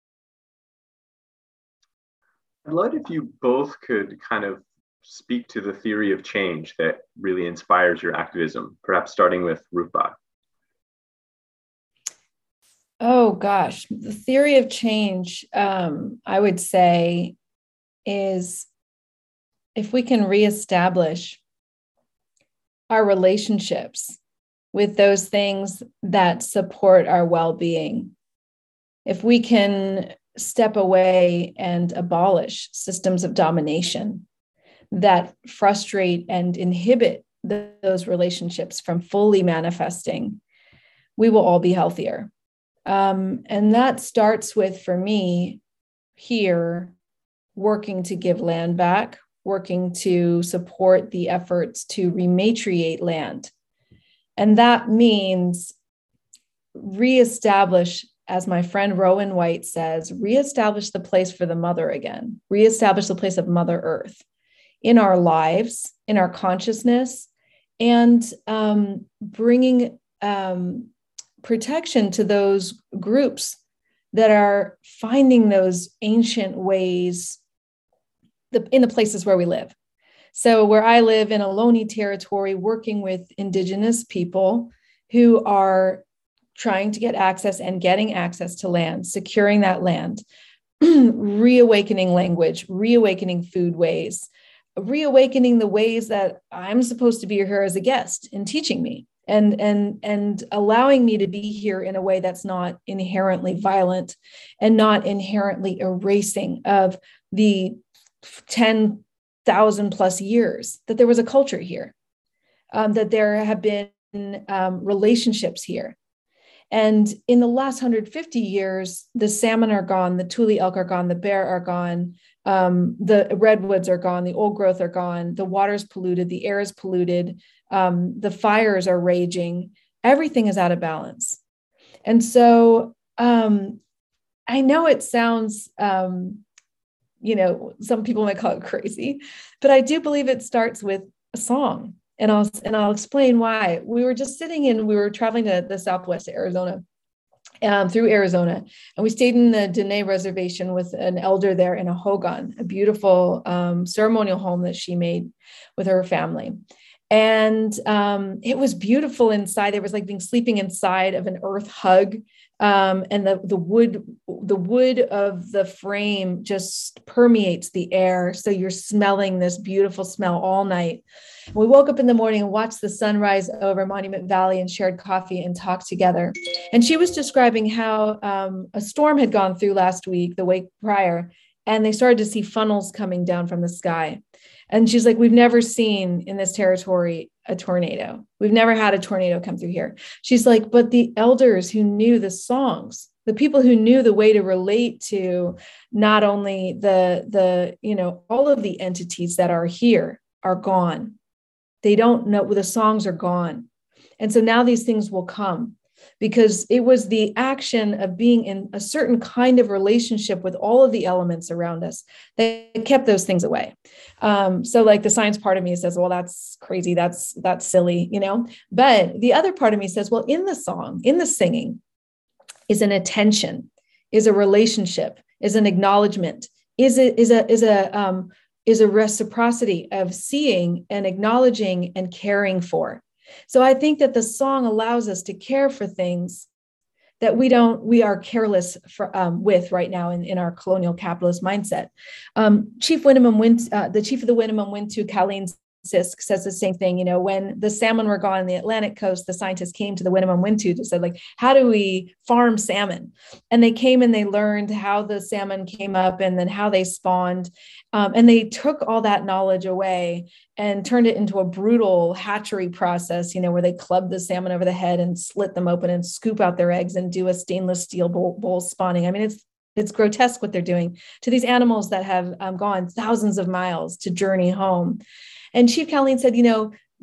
I'd love if you both could kind of speak to the theory of change that really inspires your activism, perhaps starting with Rupa. Oh gosh, the theory of change, I would say, is if we can reestablish our relationships with those things that support our well-being, if we can step away and abolish systems of domination that frustrate and inhibit those relationships from fully manifesting, we will all be healthier. And that starts with, for me, here, working to give land back, working to support the efforts to rematriate land. And that means reestablish, as my friend Rowan White says, reestablish the place for the mother again, reestablish the place of Mother Earth in our lives, in our consciousness, and bringing protection to those groups that are finding those ancient ways in the places where we live. So where I live in Ohlone territory, working with Indigenous people who are trying to get access and getting access to land, securing that land, reawakening language, reawakening food ways, reawakening the ways that I'm supposed to be here as a guest and teaching me and allowing me to be here in a way that's not inherently violent and not inherently erasing of the 10,000 plus years that there was a culture here, that there have been relationships here. And in the last 150 years, the salmon are gone, the tule elk are gone, the bear are gone, the redwoods are gone, the old growth are gone, the water's polluted, the air is polluted, the fires are raging, everything is out of balance. And so I know it sounds, some people might call it crazy, but I do believe it starts with a song. And I'll explain why. We were traveling to the Southwest Arizona, through Arizona, and we stayed in the Dene Reservation with an elder there in a hogan, a beautiful ceremonial home that she made with her family. And it was beautiful inside. It was like being sleeping inside of an earth hug. And the wood of the frame just permeates the air. So you're smelling this beautiful smell all night. We woke up in the morning and watched the sunrise over Monument Valley and shared coffee and talked together. And she was describing how a storm had gone through last week, the week prior, and they started to see funnels coming down from the sky. And she's like, we've never seen in this territory a tornado. We've never had a tornado come through here. She's like, but the elders who knew the songs, the people who knew the way to relate to not only the all of the entities that are here are gone. They don't know, the songs are gone. And so now these things will come because it was the action of being in a certain kind of relationship with all of the elements around us that kept those things away. So like the science part of me says, well, that's crazy. That's silly, but the other part of me says, well, in the song, in the singing is an attention, is a relationship, is an acknowledgement, is a reciprocity of seeing and acknowledging and caring for. So I think that the song allows us to care for things that we are careless with right now in our colonial capitalist mindset. Chief Winnemem the chief of the Winnemem Wintu, Colleen Sisk, says the same thing. When the salmon were gone on the Atlantic coast, the scientists came to the Winnemem Wintu and said, like, how do we farm salmon? And they came and they learned how the salmon came up and then how they spawned. And they took all that knowledge away and turned it into a brutal hatchery process, where they club the salmon over the head and slit them open and scoop out their eggs and do a stainless steel bowl spawning. I mean, it's grotesque what they're doing to these animals that have gone thousands of miles to journey home. And Chief Colleen said,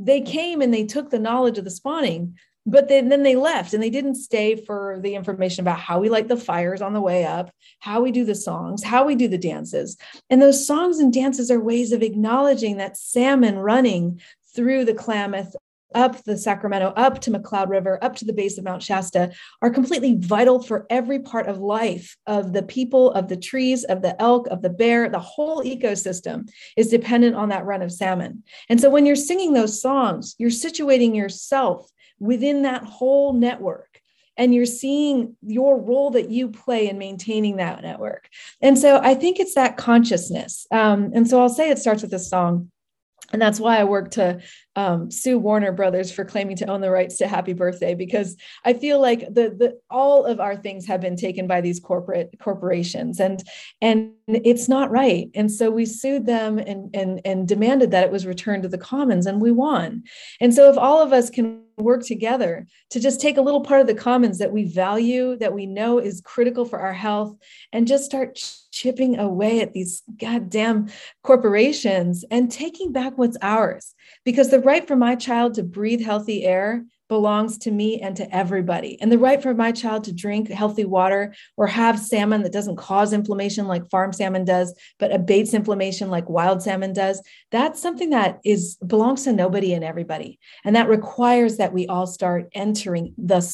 they came and they took the knowledge of the spawning, but then they left and they didn't stay for the information about how we light the fires on the way up, how we do the songs, how we do the dances. And those songs and dances are ways of acknowledging that salmon running through the Klamath, up the Sacramento, up to McCloud River, up to the base of Mount Shasta, are completely vital for every part of life, of the people, of the trees, of the elk, of the bear. The whole ecosystem is dependent on that run of salmon. And so when you're singing those songs, you're situating yourself within that whole network, and you're seeing your role that you play in maintaining that network. And so I think it's that consciousness. And so I'll say it starts with a song. And that's why I work to sue Warner Brothers for claiming to own the rights to Happy Birthday, because I feel like all of our things have been taken by these corporations, and it's not right. And so we sued them and demanded that it was returned to the commons, and we won. And so if all of us can work together to just take a little part of the commons that we value, that we know is critical for our health, and just start chipping away at these goddamn corporations and taking back what's ours. Because the right for my child to breathe healthy air belongs to me and to everybody. And the right for my child to drink healthy water or have salmon that doesn't cause inflammation like farm salmon does, but abates inflammation like wild salmon does, that's something that belongs to nobody and everybody. And that requires that we all start entering this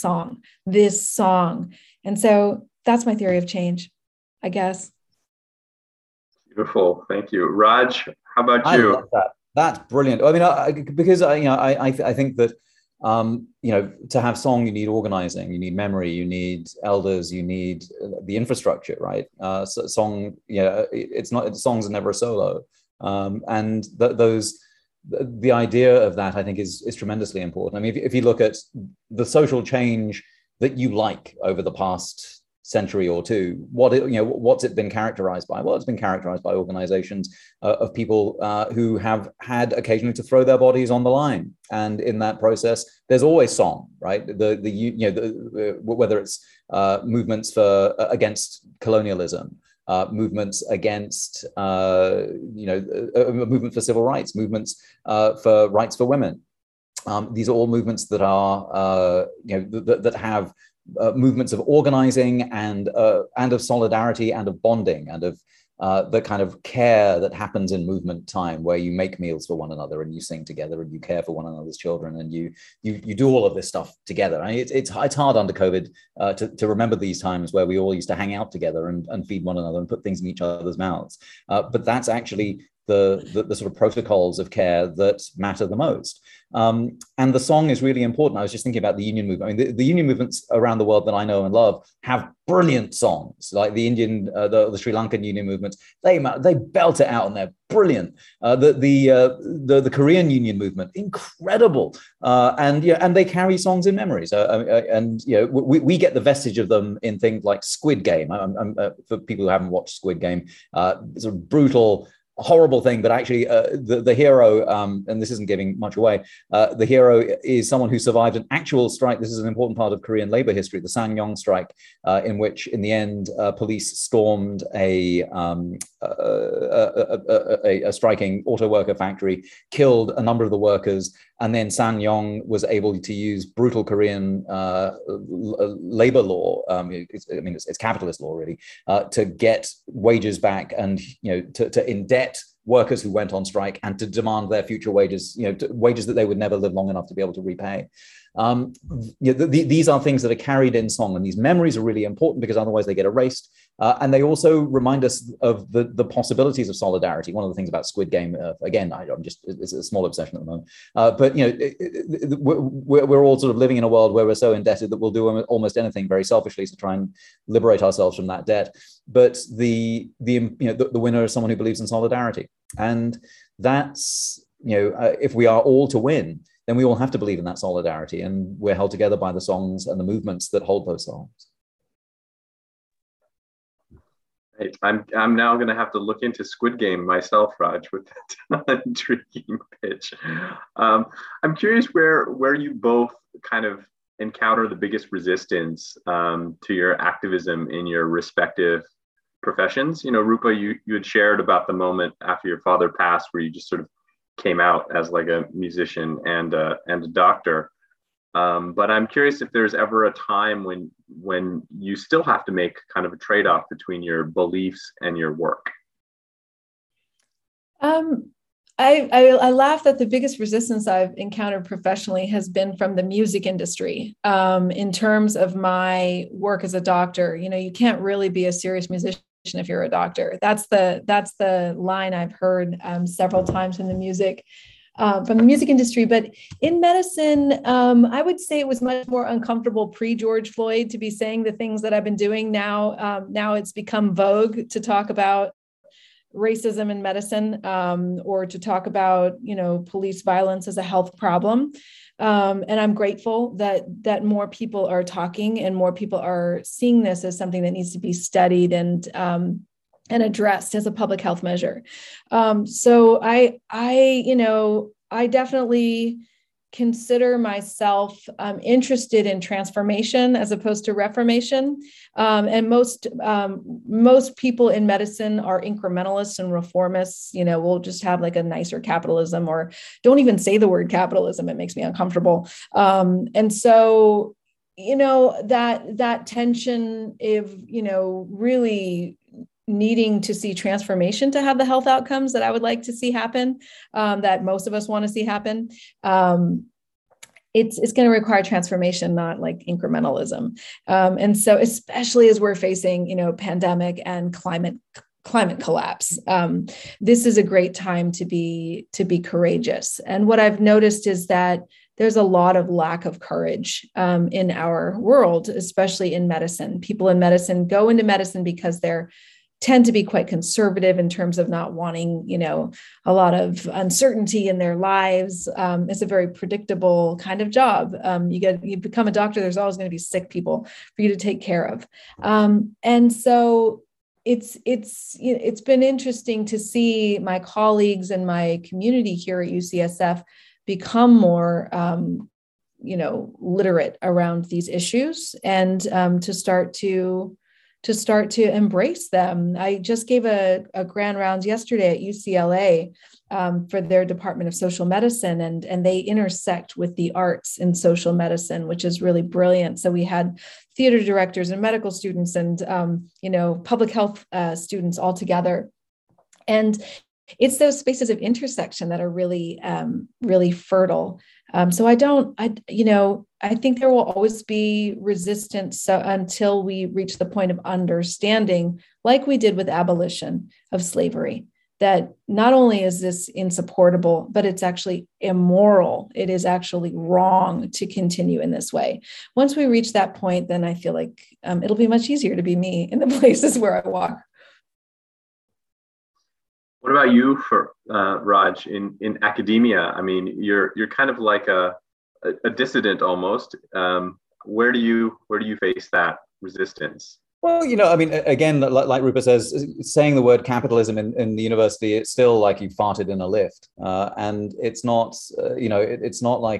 song. And so that's my theory of change, I guess. Beautiful. Thank you. Raj, how about you? I love that. That's brilliant. I mean, because I think that to have song, you need organizing, you need memory, you need elders, you need the infrastructure, right? So song, songs are never a solo, and the idea of that, I think, is tremendously important. I mean, if you look at the social change that you like over the past century or two, what's it been characterized by? Well, it's been characterized by organizations of people who have had occasionally to throw their bodies on the line, and in that process, there's always song, right? Whether it's movements against colonialism, movements against a movement for civil rights, movements for rights for women. These are all movements that are that have movements of organizing and of solidarity and of bonding and of the kind of care that happens in movement time, where you make meals for one another and you sing together and you care for one another's children and you do all of this stuff together. I mean, it's hard under COVID to remember these times where we all used to hang out together and feed one another and put things in each other's mouths. But that's actually the sort of protocols of care that matter the most. And the song is really important. I was just thinking about the union movement. I mean, the union movements around the world that I know and love have brilliant songs, like the Indian, the Sri Lankan union movements. They belt it out and they're brilliant. The Korean union movement, incredible. And they carry songs in memories. We get the vestige of them in things like Squid Game. For people who haven't watched Squid Game, sort of brutal, horrible thing, but actually the hero, and this isn't giving much away, the hero is someone who survived an actual strike. This is an important part of Korean labor history, the Sanyong strike, in which in the end police stormed a striking auto worker factory, killed a number of the workers, and then Sanyong was able to use brutal Korean labor law, it's capitalist law really, to get wages back and to indebt workers who went on strike and to demand their future wages, wages that they would never live long enough to be able to repay. These are things that are carried in song, and these memories are really important because otherwise they get erased. And they also remind us of the possibilities of solidarity. One of the things about Squid Game, again, it's a small obsession at the moment, but we're all sort of living in a world where we're so indebted that we'll do almost anything very selfishly to try and liberate ourselves from that debt. But the winner is someone who believes in solidarity, and that's if we are all to win, then we all have to believe in that solidarity, and we're held together by the songs and the movements that hold those songs. I'm now going to have to look into Squid Game myself, Raj, with that intriguing pitch. I'm curious where you both kind of encounter the biggest resistance to your activism in your respective professions. Rupa, you had shared about the moment after your father passed where you just sort of came out as like a musician and a doctor. But I'm curious if there's ever a time when you still have to make kind of a trade-off between your beliefs and your work. I laugh that the biggest resistance I've encountered professionally has been from the music industry. In terms of my work as a doctor, you can't really be a serious musician if you're a doctor. That's the line I've heard several times from the music industry. But in medicine, I would say it was much more uncomfortable pre-George Floyd to be saying the things that I've been doing now. Now it's become vogue to talk about racism in medicine, or to talk about, police violence as a health problem. And I'm grateful that more people are talking and more people are seeing this as something that needs to be studied and addressed as a public health measure. So I definitely consider myself interested in transformation as opposed to reformation. And most people in medicine are incrementalists and reformists. We'll just have like a nicer capitalism, or don't even say the word capitalism. It makes me uncomfortable. And so, that tension of, really needing to see transformation to have the health outcomes that I would like to see happen, that most of us want to see happen. It's going to require transformation, not like incrementalism. And so, especially as we're facing, pandemic and climate collapse, this is a great time to be courageous. And what I've noticed is that there's a lot of lack of courage in our world, especially in medicine. People in medicine go into medicine because they're tend to be quite conservative in terms of not wanting, a lot of uncertainty in their lives. It's a very predictable kind of job. You become a doctor, there's always going to be sick people for you to take care of. And so it's been interesting to see my colleagues and my community here at UCSF become more, literate around these issues, and to start to embrace them. I just gave a grand rounds yesterday at UCLA for their Department of Social Medicine, and they intersect with the arts in social medicine, which is really brilliant. So we had theater directors and medical students and public health students all together. And it's those spaces of intersection that are really, really fertile. So I think there will always be resistance until we reach the point of understanding, like we did with abolition of slavery, that not only is this insupportable, but it's actually immoral. It is actually wrong to continue in this way. Once we reach that point, then I feel like it'll be much easier to be me in the places where I walk. What about you, Raj, in academia? I mean, you're kind of like a dissident almost. Where do you face that resistance? Well, again, like Rupa says, saying the word capitalism in the university, it's still like you farted in a lift, and it's not, it's not like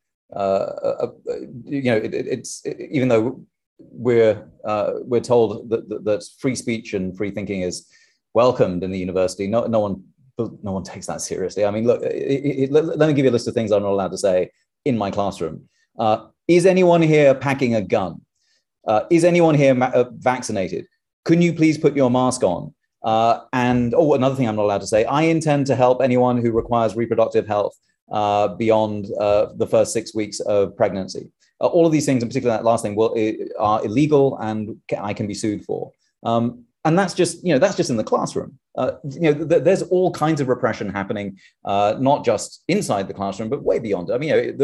it's even though we're told that free speech and free thinking is welcomed in the university. No one takes that seriously. I mean, look, let me give you a list of things I'm not allowed to say in my classroom. Is anyone here packing a gun? Is anyone here vaccinated? Can you please put your mask on? And another thing I'm not allowed to say, I intend to help anyone who requires reproductive health beyond the first 6 weeks of pregnancy. All of these things, in particular that last thing, are illegal and I can be sued for. And that's just in the classroom. There's all kinds of repression happening, not just inside the classroom, but way beyond. I mean,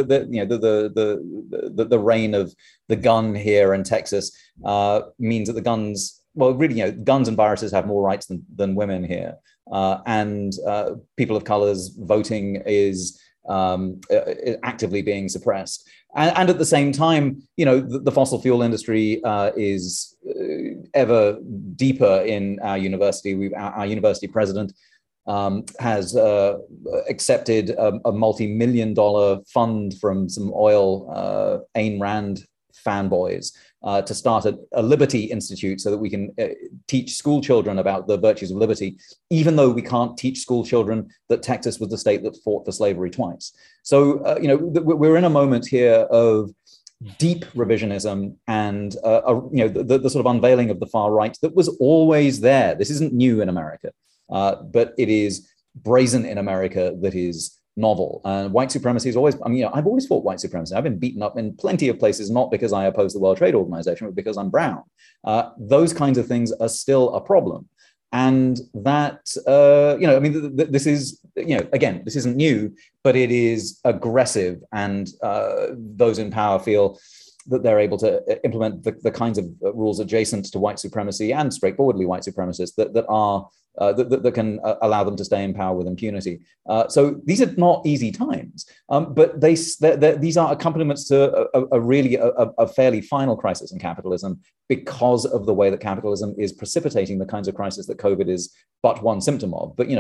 the reign of the gun here in Texas means that the guns, guns and viruses have more rights than women here, and people of color's voting is actively being suppressed. And at the same time, the fossil fuel industry is ever deeper in our university. Our university president has accepted a multi-million-dollar fund from some oil Ayn Rand fanboys to start a Liberty Institute so that we can teach school children about the virtues of liberty, even though we can't teach school children that Texas was the state that fought for slavery twice. So, we're in a moment here of deep revisionism and the sort of unveiling of the far right that was always there. This isn't new in America, but it is brazen in America that is novel. White supremacy is always, I've always fought white supremacy. I've been beaten up in plenty of places, not because I oppose the World Trade Organization, but because I'm brown. Those kinds of things are still a problem. And that, this is, again, this isn't new, but it is aggressive. And those in power feel that they're able to implement the kinds of rules adjacent to white supremacy and straightforwardly white supremacists that can allow them to stay in power with impunity. So these are not easy times, but these are accompaniments to a fairly final crisis in capitalism because of the way that capitalism is precipitating the kinds of crisis that COVID is but one symptom of. But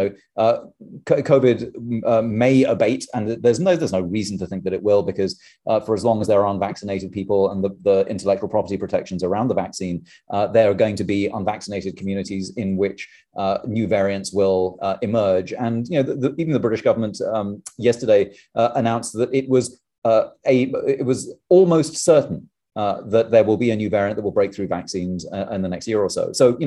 COVID may abate, and there's no reason to think that it will, because for as long as there are unvaccinated people and the intellectual property protections around the vaccine, there are going to be unvaccinated communities in which new variants will emerge. And even the British government yesterday announced that it was almost certain that there will be a new variant that will break through vaccines in the next year or so. So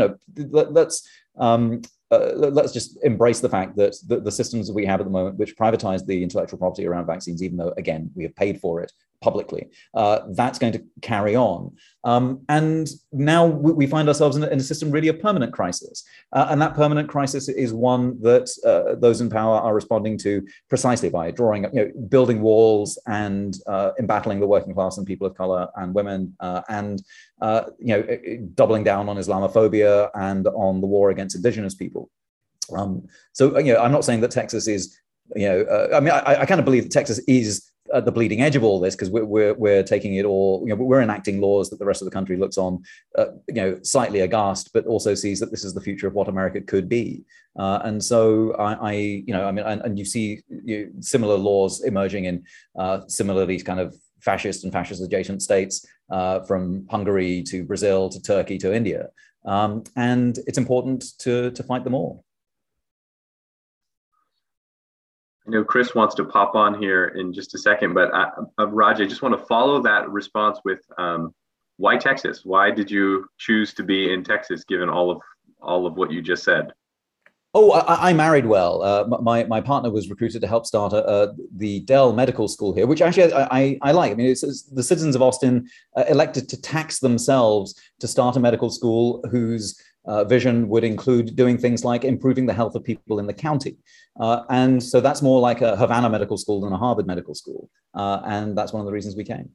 let's just embrace the fact that the systems that we have at the moment, which privatize the intellectual property around vaccines, even though, again, we have paid for it publicly, that's going to carry on. And now we find ourselves in a system really of permanent crisis. And that permanent crisis is one that those in power are responding to precisely by building walls and embattling the working class and people of color and women, and doubling down on Islamophobia and on the war against indigenous people. I'm not saying that Texas is, I kind of believe that Texas is at the bleeding edge of all this, because we're taking it all, we're enacting laws that the rest of the country looks on, slightly aghast, but also sees that this is the future of what America could be. And so and you see similar laws emerging in similarly kind of fascist and fascist adjacent states, from Hungary to Brazil to Turkey to India. And it's important to fight them all. I know Chris wants to pop on here in just a second, but Raj, I just want to follow that response with why Texas? Why did you choose to be in Texas, given all of what you just said? Oh, I married well. My partner was recruited to help start the Dell Medical School here, which actually I like. I mean, it's the citizens of Austin elected to tax themselves to start a medical school whose vision would include doing things like improving the health of people in the county. And so that's more like a Havana Medical School than a Harvard Medical School. And that's one of the reasons we came.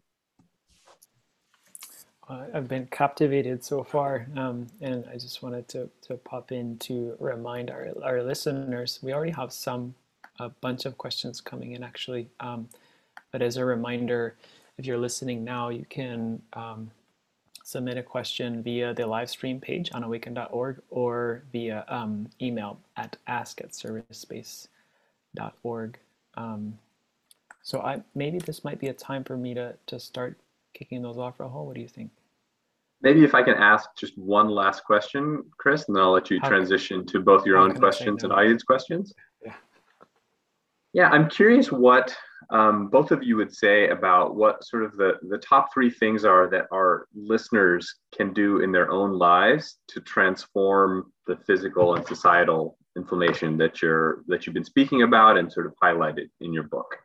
I've been captivated so far, and I just wanted to pop in to remind our listeners, we already have a bunch of questions coming in actually, but as a reminder, if you're listening now, you can submit a question via the live stream page on awaken.org or via email at ask@servicespace.org. So maybe this might be a time for me to start kicking those off, Rahul. What do you think? Maybe if I can ask just one last question, Chris, and then I'll let you transition to both your own questions and audience questions. Yeah, I'm curious what both of you would say about what sort of the top three things are that our listeners can do in their own lives to transform the physical and societal inflammation that you've been speaking about and sort of highlighted in your book.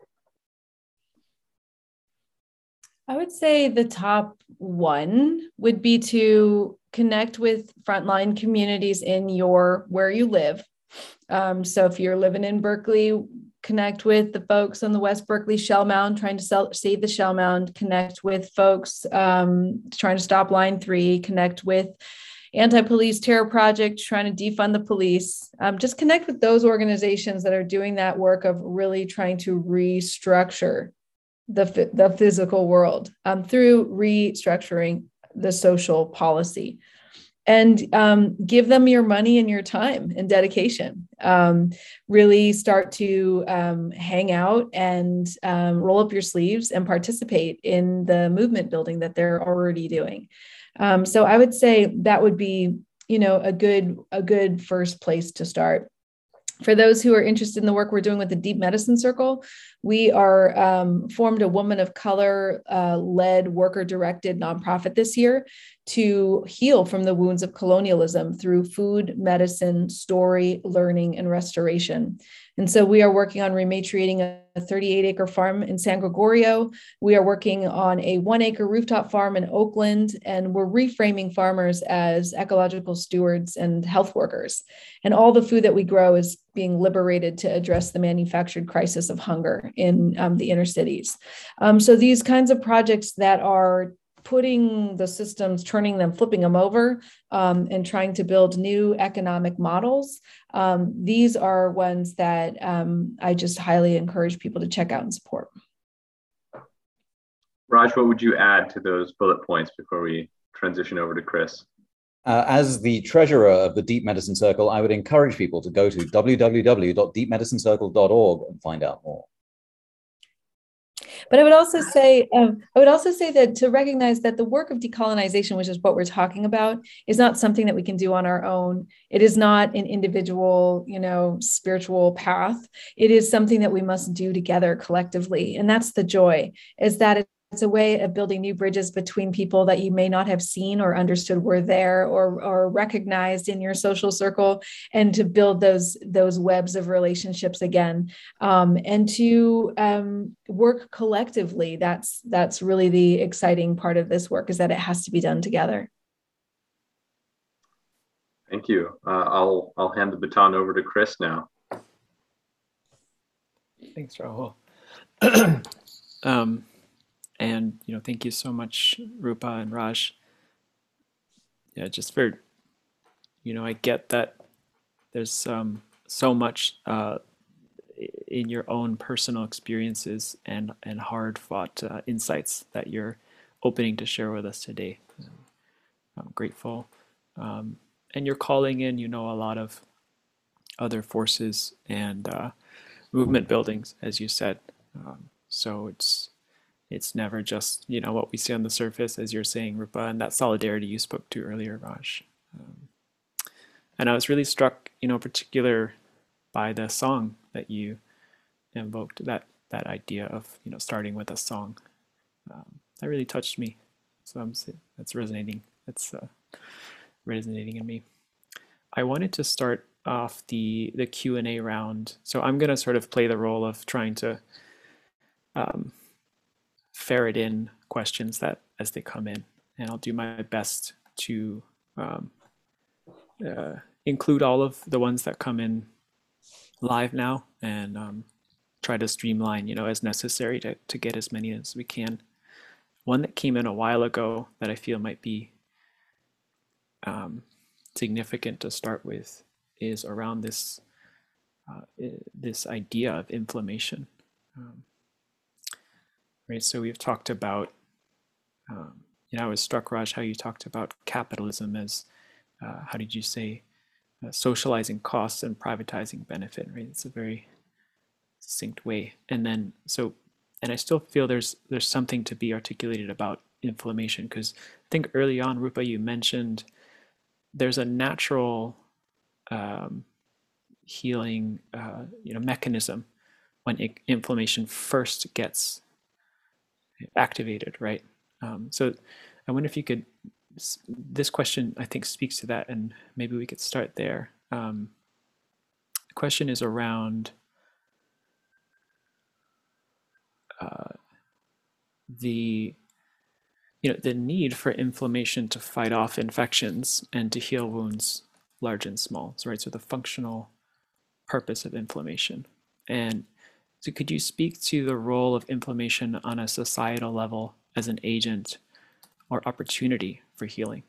I would say the top one would be to connect with frontline communities in where you live. So if you're living in Berkeley, connect with the folks on the West Berkeley Shell Mound trying to save the Shell Mound, connect with folks trying to stop Line 3, connect with Anti-Police Terror Project trying to defund the police. Just connect with those organizations that are doing that work of really trying to restructure the physical world through restructuring the social policy, and give them your money and your time and dedication. Really start to hang out and roll up your sleeves and participate in the movement building that they're already doing. So I would say that would be, a good first place to start. For those who are interested in the work we're doing with the Deep Medicine Circle, we are formed a woman of color led worker directed nonprofit this year to heal from the wounds of colonialism through food, medicine, story, learning, and restoration. And so we are working on rematriating a 38-acre farm in San Gregorio. We are working on a 1-acre rooftop farm in Oakland, and we're reframing farmers as ecological stewards and health workers. And all the food that we grow is being liberated to address the manufactured crisis of hunger in the inner cities. So these kinds of projects that are putting the systems, turning them, flipping them over, and trying to build new economic models. These are ones that I just highly encourage people to check out and support. Raj, what would you add to those bullet points before we transition over to Chris? As the treasurer of the Deep Medicine Circle, I would encourage people to go to www.deepmedicinecircle.org and find out more. But I would also say that to recognize that the work of decolonization, which is what we're talking about, is not something that we can do on our own. It is not an individual, spiritual path. It is something that we must do together collectively. And that's the joy, is that it's a way of building new bridges between people that you may not have seen or understood were there or recognized in your social circle, and to build those webs of relationships again, and to work collectively. That's really the exciting part of this work, is that it has to be done together. Thank you. I'll hand the baton over to Chris now. Thanks, Rahul. And, thank you so much, Rupa and Raj. Yeah, just for, I get that there's so much in your own personal experiences and hard-fought insights that you're opening to share with us today. I'm grateful. And you're calling in, a lot of other forces and movement buildings, as you said. So it's never just, what we see on the surface, as you're saying, Rupa, and that solidarity you spoke to earlier, Raj. And I was really struck, particular by the song that you invoked, that idea of, starting with a song. That really touched me. So that's resonating. That's resonating in me. I wanted to start off the Q&A round. So I'm going to sort of play the role of trying to ferret in questions that as they come in, and I'll do my best to include all of the ones that come in live now, and try to streamline, as necessary to get as many as we can. One that came in a while ago that I feel might be significant to start with is around this idea of inflammation. Right, so we've talked about, I was struck, Raj, how you talked about capitalism as, how did you say, socializing costs and privatizing benefit, right? It's a very succinct way. And then, and I still feel there's something to be articulated about inflammation, because I think early on, Rupa, you mentioned there's a natural healing, mechanism when inflammation first gets activated, right? So I wonder if you could, this question I think speaks to that, and maybe we could start there. The question is around the need for inflammation to fight off infections and to heal wounds large and small, right? So the functional purpose of inflammation. And so could you speak to the role of inflammation on a societal level as an agent or opportunity for healing?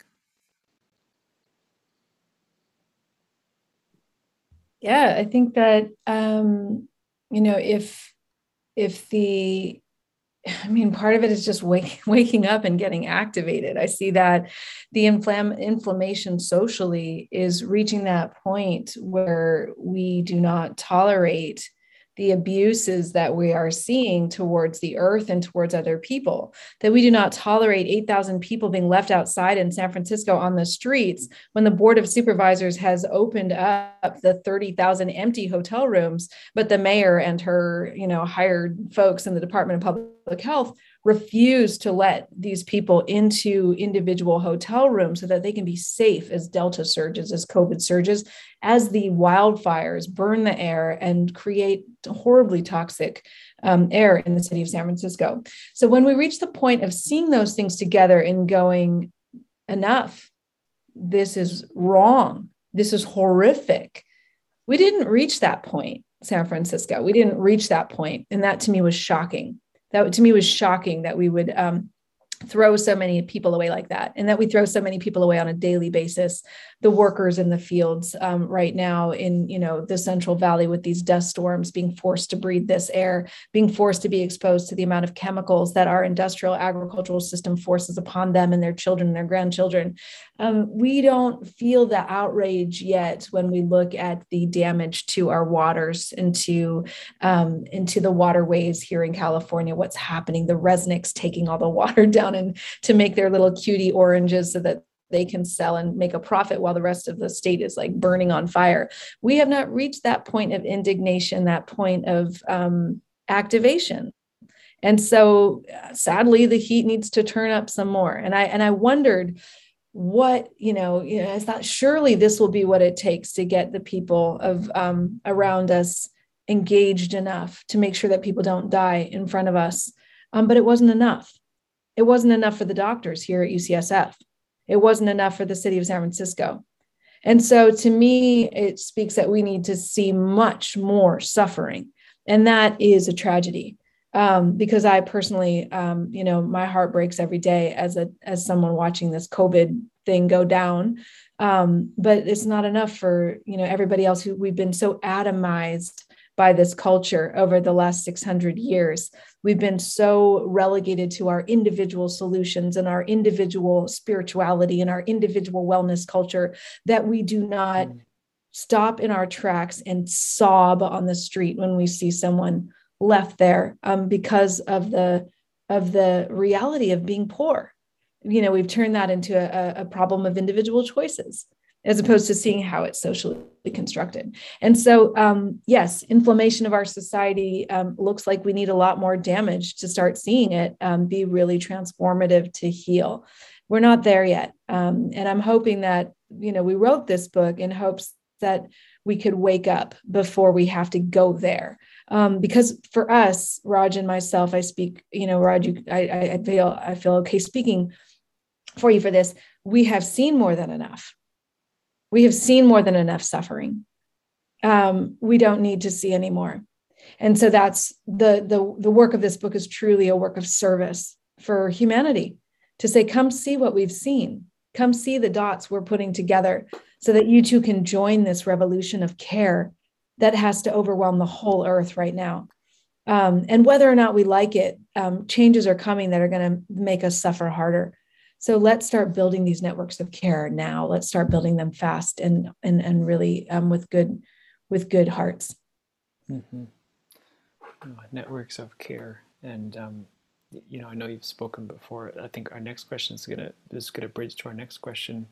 Yeah, I think that, if I mean, part of it is just waking up and getting activated. I see that the inflammation socially is reaching that point where we do not tolerate the abuses that we are seeing towards the earth and towards other people, that we do not tolerate 8,000 people being left outside in San Francisco on the streets when the Board of Supervisors has opened up the 30,000 empty hotel rooms, but the mayor and her, hired folks in the Department of Public Health refuse to let these people into individual hotel rooms so that they can be safe as Delta surges, as COVID surges, as the wildfires burn the air and create horribly toxic air in the city of San Francisco. So when we reach the point of seeing those things together and going, enough, this is wrong, this is horrific. We didn't reach that point, San Francisco. We didn't reach that point. And that to me was shocking. That to me was shocking that we would throw so many people away like that, and that we throw so many people away on a daily basis. The workers in the fields right now in the Central Valley with these dust storms, being forced to breathe this air, being forced to be exposed to the amount of chemicals that our industrial agricultural system forces upon them and their children and their grandchildren. We don't feel the outrage yet when we look at the damage to our waters and into the waterways here in California. What's happening? The Resnicks taking all the water down and to make their little cutie oranges so that they can sell and make a profit while the rest of the state is like burning on fire. We have not reached that point of indignation, that point of activation. And so sadly, the heat needs to turn up some more. And I wondered what, I thought surely this will be what it takes to get the people of around us engaged enough to make sure that people don't die in front of us. But it wasn't enough. It wasn't enough for the doctors here at UCSF. It wasn't enough for the city of San Francisco. And so to me, it speaks that we need to see much more suffering. And that is a tragedy. Because I personally, my heart breaks every day as someone watching this COVID thing go down. But it's not enough for, everybody else who we've been so atomized by this culture over the last 600 years. We've been so relegated to our individual solutions and our individual spirituality and our individual wellness culture that we do not stop in our tracks and sob on the street when we see someone left there because of the reality of being poor. We've turned that into a problem of individual choices, as opposed to seeing how it's socially constructed. And so, yes, inflammation of our society looks like we need a lot more damage to start seeing it be really transformative to heal. We're not there yet. And I'm hoping that, we wrote this book in hopes that we could wake up before we have to go there. Because for us, Raj and myself, I speak, Raj, I feel okay speaking for you for this. We have seen more than enough. We have seen more than enough suffering. We don't need to see anymore. And so that's the work of this book is truly a work of service for humanity, to say, come see what we've seen. Come see the dots we're putting together so that you too can join this revolution of care that has to overwhelm the whole earth right now. And whether or not we like it, changes are coming that are going to make us suffer harder. So let's start building these networks of care now. Let's start building them fast and really with good hearts. Mm-hmm. Networks of care, and I know you've spoken before. I think our next question is gonna bridge to our next question.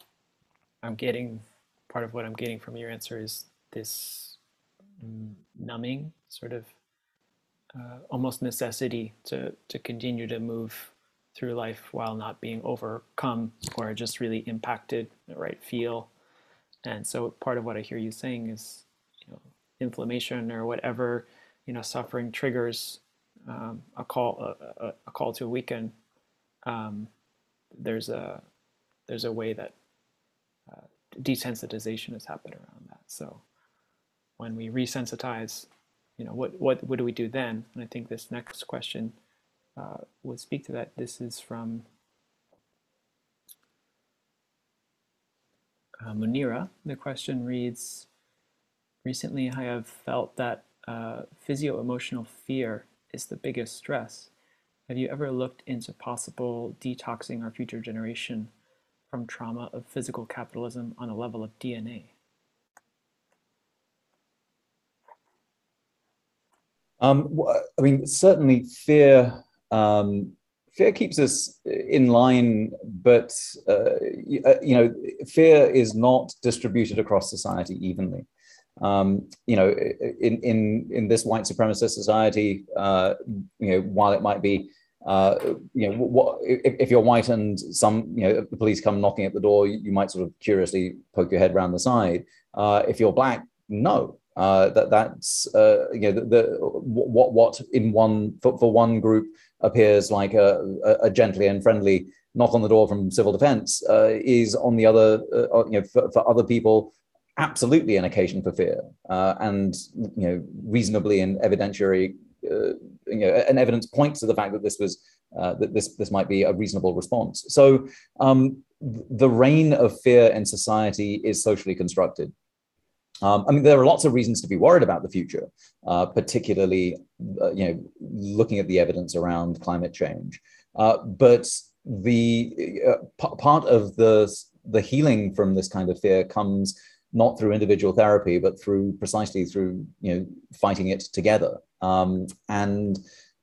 Part of what I'm getting from your answer is this numbing sort of almost necessity to continue to move through life while not being overcome or just really impacted, right? Feel. And so part of what I hear you saying is, inflammation or whatever, suffering triggers a call to awaken. There's a way that desensitization has happened around that. So when we resensitize, what do we do then? And I think this next question would speak to that. This is from Munira. The question reads, recently I have felt that physio-emotional fear is the biggest stress. have you ever looked into possible detoxing our future generation from trauma of physical capitalism on a level of DNA? I mean, certainly fear keeps us in line, but fear is not distributed across society evenly. In this white supremacist society, while it might be, if you're white and the police come knocking at the door, you might sort of curiously poke your head around the side. If you're black, no. That's what in one for one group appears like a gently and friendly knock on the door from civil defense is on the other for other people absolutely an occasion for fear, and reasonably and evidentiary and evidence points to the fact that this was that this might be a reasonable response. So the reign of fear in society is socially constructed. I mean, there are lots of reasons to be worried about the future, particularly, looking at the evidence around climate change. But the part of the healing from this kind of fear comes not through individual therapy, but precisely through fighting it together. There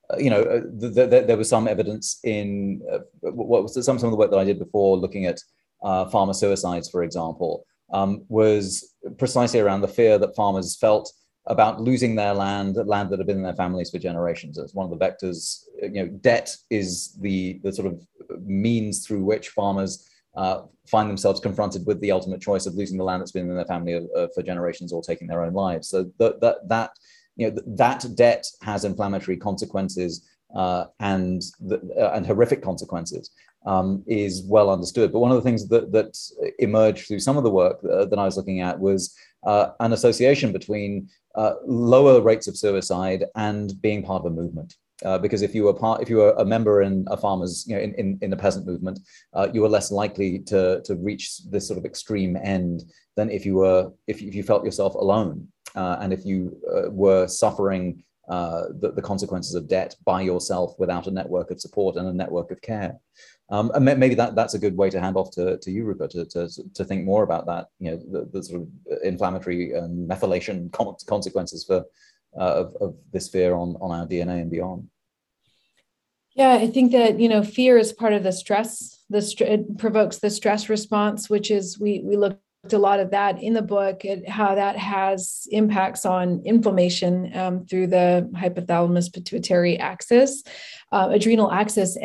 was some evidence in some of the work that I did before, looking at farmer suicides, for example. Was precisely around the fear that farmers felt about losing their land that had been in their families for generations. It's one of the vectors. Debt is the sort of means through which farmers find themselves confronted with the ultimate choice of losing the land that's been in their family for generations or taking their own lives. So that debt has inflammatory consequences and horrific consequences. Is well understood. But one of the things that emerged through some of the work that I was looking at was an association between lower rates of suicide and being part of a movement. Because if you were a member in a farmer's, in the peasant movement, you were less likely to reach this sort of extreme end than if you felt yourself alone, and if you were suffering the consequences of debt by yourself without a network of support and a network of care. And maybe that's a good way to hand off to you, Rupa, to think more about that, the sort of inflammatory and methylation consequences of this fear on our DNA and beyond. Yeah, I think that, fear is part of the stress. It provokes the stress response, which is, we looked a lot of that in the book, at how that has impacts on inflammation through the hypothalamus pituitary axis, adrenal axis.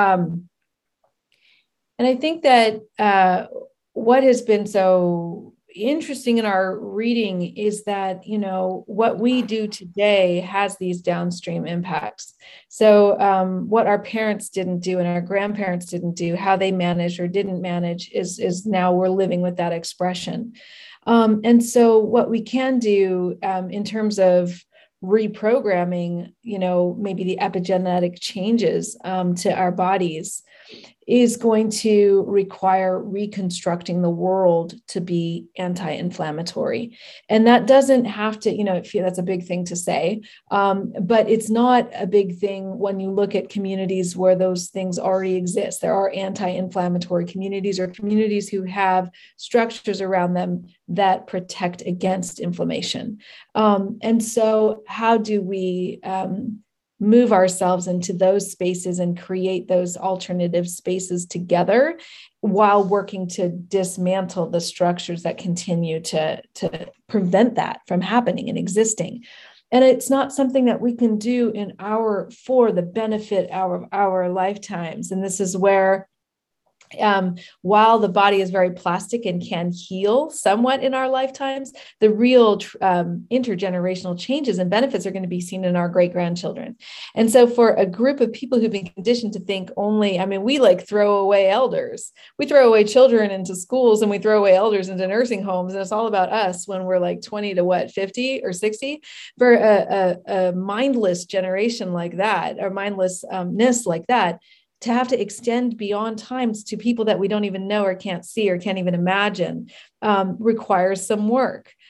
And I think that what has been so interesting in our reading is that, what we do today has these downstream impacts. So what our parents didn't do and our grandparents didn't do, how they managed or didn't manage is now we're living with that expression. And so what we can do in terms of reprogramming, maybe the epigenetic changes to our bodies is going to require reconstructing the world to be anti-inflammatory. And that doesn't have to, that's a big thing to say, but it's not a big thing when you look at communities where those things already exist. There are anti-inflammatory communities or communities who have structures around them that protect against inflammation. And so how do we move ourselves into those spaces and create those alternative spaces together while working to dismantle the structures that continue to prevent that from happening and existing? And it's not something that we can do for the benefit of our lifetimes. And this is where while the body is very plastic and can heal somewhat in our lifetimes, the real intergenerational changes and benefits are going to be seen in our great-grandchildren. And so for a group of people who've been conditioned to think only, we throw away elders. We throw away children into schools and we throw away elders into nursing homes. And it's all about us when we're 20 to 50 or 60. For a mindless generation like that, or mindlessness like that, to have to extend beyond times to people that we don't even know or can't see or can't even imagine requires some work.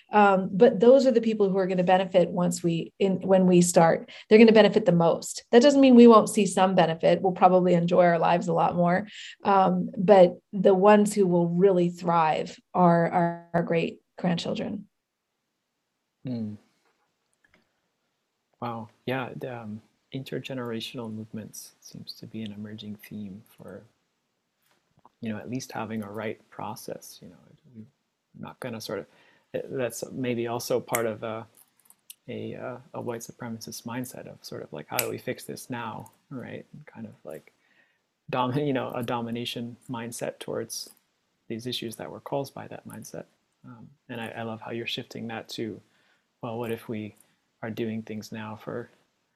But those are the people who are going to benefit when we start. They're going to benefit the most. That doesn't mean we won't see some benefit. We'll probably enjoy our lives a lot more. But the ones who will really thrive are our great grandchildren. Wow. Yeah. Intergenerational movements seems to be an emerging theme for, at least having a right process. We're not going to sort of, that's maybe also part of a white supremacist mindset of sort of like, how do we fix this now, right? And kind of like a domination mindset towards these issues that were caused by that mindset. And I love how you're shifting that to, well, what if we are doing things now for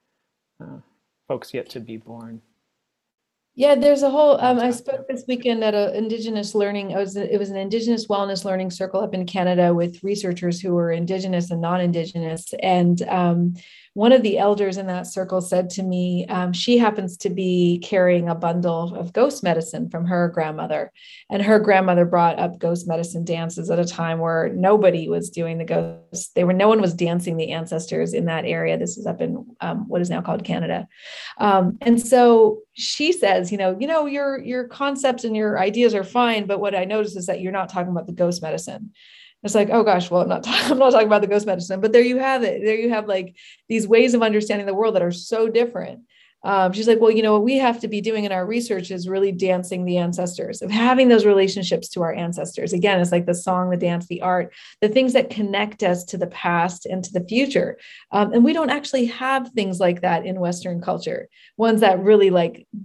folks yet to be born? Yeah, there's a whole, I spoke this weekend at an Indigenous learning, it was an Indigenous wellness learning circle up in Canada with researchers who were Indigenous and non-Indigenous. And one of the elders in that circle said to me, she happens to be carrying a bundle of ghost medicine from her grandmother. And her grandmother brought up ghost medicine dances at a time where nobody was doing the ghosts. No one was dancing the ancestors in that area. This is up in what is now called Canada. And so she says, your concepts and your ideas are fine, but what I noticed is that you're not talking about the ghost medicine. It's like, oh gosh, well, I'm not talking about the ghost medicine, but there you have it. There you have like these ways of understanding the world that are so different. She's like, well, what we have to be doing in our research is really dancing the ancestors, of having those relationships to our ancestors. Again, it's like the song, the dance, the art, the things that connect us to the past and to the future. And we don't actually have things like that in Western culture, ones that really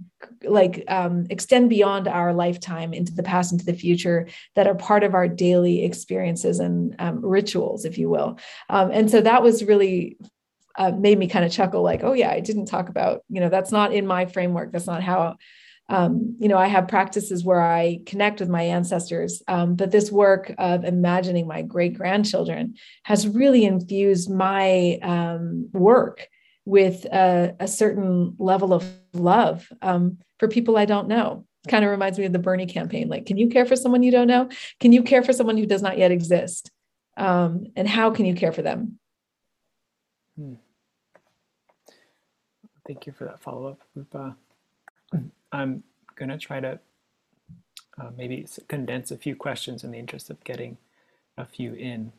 extend beyond our lifetime into the past, into the future, that are part of our daily experiences and rituals, if you will. And so that was really made me kind of chuckle, like, oh yeah, I didn't talk about, that's not in my framework. That's not how, I have practices where I connect with my ancestors. But this work of imagining my great grandchildren has really infused my work with a certain level of love for people I don't know. Kind of reminds me of the Bernie campaign. Like, can you care for someone you don't know? Can you care for someone who does not yet exist? And how can you care for them? Thank you for that follow-up, Rupa. I'm going to try to maybe condense a few questions in the interest of getting a few in.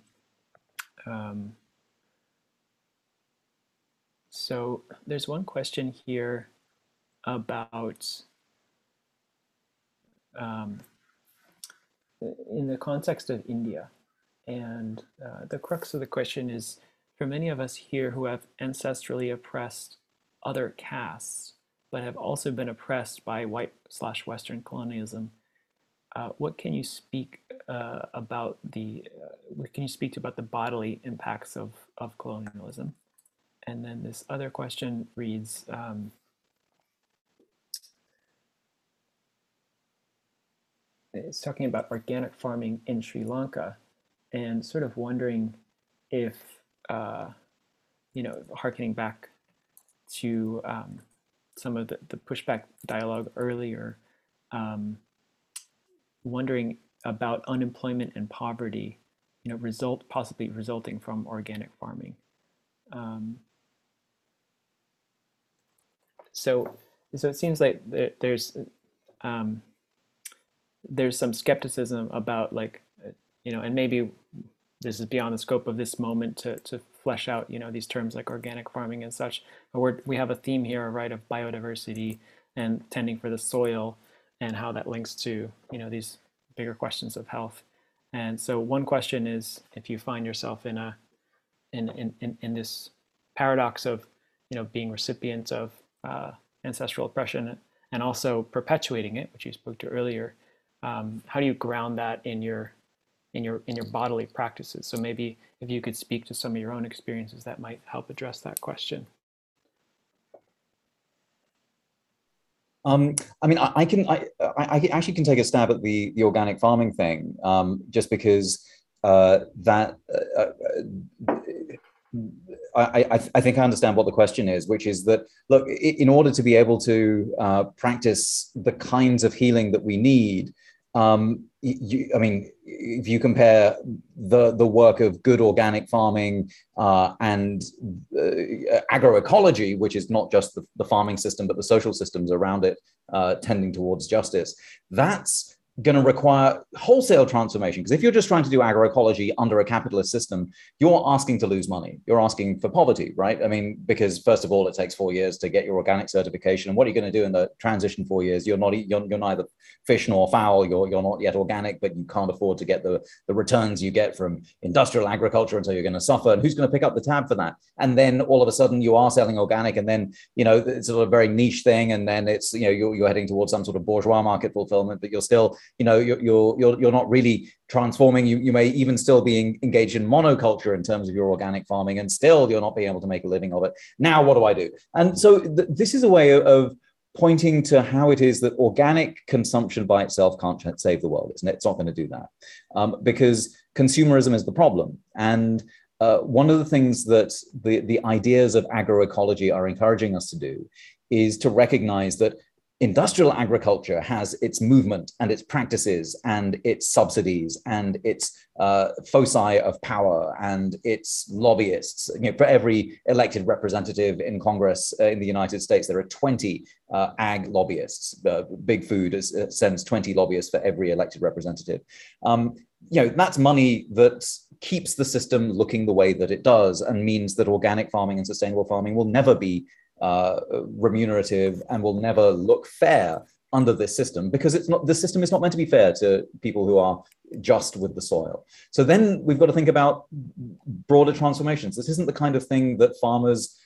So there's one question here about, in the context of India. And the crux of the question is, for many of us here who have ancestrally oppressed other castes, but have also been oppressed by white/Western colonialism, what can you speak about what can you speak to about the bodily impacts of colonialism? And then this other question reads, it's talking about organic farming in Sri Lanka, and sort of wondering if, hearkening back to some of the pushback dialogue earlier, wondering about unemployment and poverty, possibly resulting from organic farming. So it seems like there's some skepticism about, and maybe this is beyond the scope of this moment to flesh out, these terms like organic farming and such. But we have a theme here, right, of biodiversity and tending for the soil, and how that links to, these bigger questions of health. And so one question is, if you find yourself in this paradox of, being recipients of ancestral oppression and also perpetuating it, which you spoke to earlier, how do you ground that in your bodily practices? So maybe if you could speak to some of your own experiences, that might help address that question. I actually can take a stab at the organic farming thing, just because I think I understand what the question is, which is that, look, in order to be able to practice the kinds of healing that we need, I mean, if you compare the work of good organic farming and agroecology, which is not just the farming system, but the social systems around it tending towards justice, that's going to require wholesale transformation. Because if you're just trying to do agroecology under a capitalist system, you're asking to lose money. You're asking for poverty, right? I mean, because first of all, it takes 4 years to get your organic certification. And what are you going to do in the transition 4 years? You're neither fish nor fowl. You're not yet organic, but you can't afford to get the returns you get from industrial agriculture, and so you're going to suffer. And who's going to pick up the tab for that? And then all of a sudden you are selling organic, and then it's sort of a very niche thing, and then it's you're heading towards some sort of bourgeois market fulfillment, but you're still you're not really transforming. You may even still be engaged in monoculture in terms of your organic farming, and still you're not being able to make a living of it. Now, what do I do? And so this is a way of pointing to how it is that organic consumption by itself can't save the world. It's not going to do that because consumerism is the problem. And one of the things that the ideas of agroecology are encouraging us to do is to recognize that industrial agriculture has its movement and its practices and its subsidies and its foci of power and its lobbyists. For every elected representative in Congress in the United States, there are 20 ag lobbyists. Big Food sends 20 lobbyists for every elected representative. That's money that keeps the system looking the way that it does, and means that organic farming and sustainable farming will never be remunerative and will never look fair under this system, because the system is not meant to be fair to people who are just with the soil. So then we've got to think about broader transformations. This isn't the kind of thing that farmers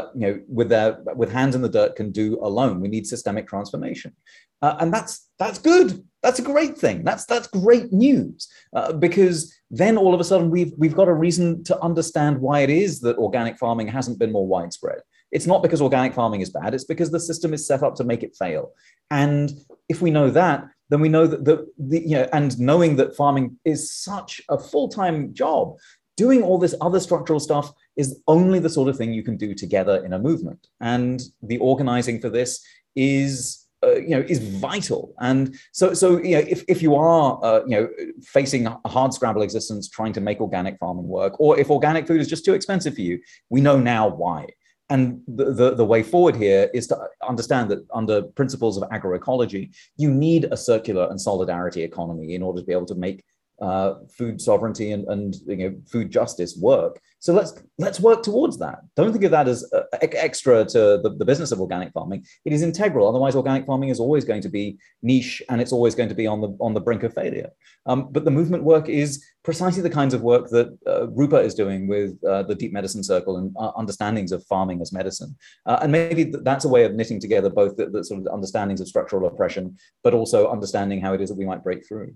with hands in the dirt can do alone. We need systemic transformation, and that's good. That's a great thing. That's great news, because then all of a sudden we've got a reason to understand why it is that organic farming hasn't been more widespread. It's not because organic farming is bad. It's because the system is set up to make it fail. And if we know that, then we know that and knowing that farming is such a full-time job, doing all this other structural stuff is only the sort of thing you can do together in a movement. And the organizing for this is vital. And so if you are facing a hard scrabble existence trying to make organic farming work, or if organic food is just too expensive for you, we know now why. And the way forward here is to understand that under principles of agroecology, you need a circular and solidarity economy in order to be able to make food sovereignty and food justice work. So let's work towards that. Don't think of that as extra to the business of organic farming. It is integral. Otherwise, organic farming is always going to be niche, and it's always going to be on the brink of failure. But the movement work is precisely the kinds of work that Rupa is doing with the Deep Medicine Circle and understandings of farming as medicine. And maybe that's a way of knitting together both the sort of understandings of structural oppression, but also understanding how it is that we might break through.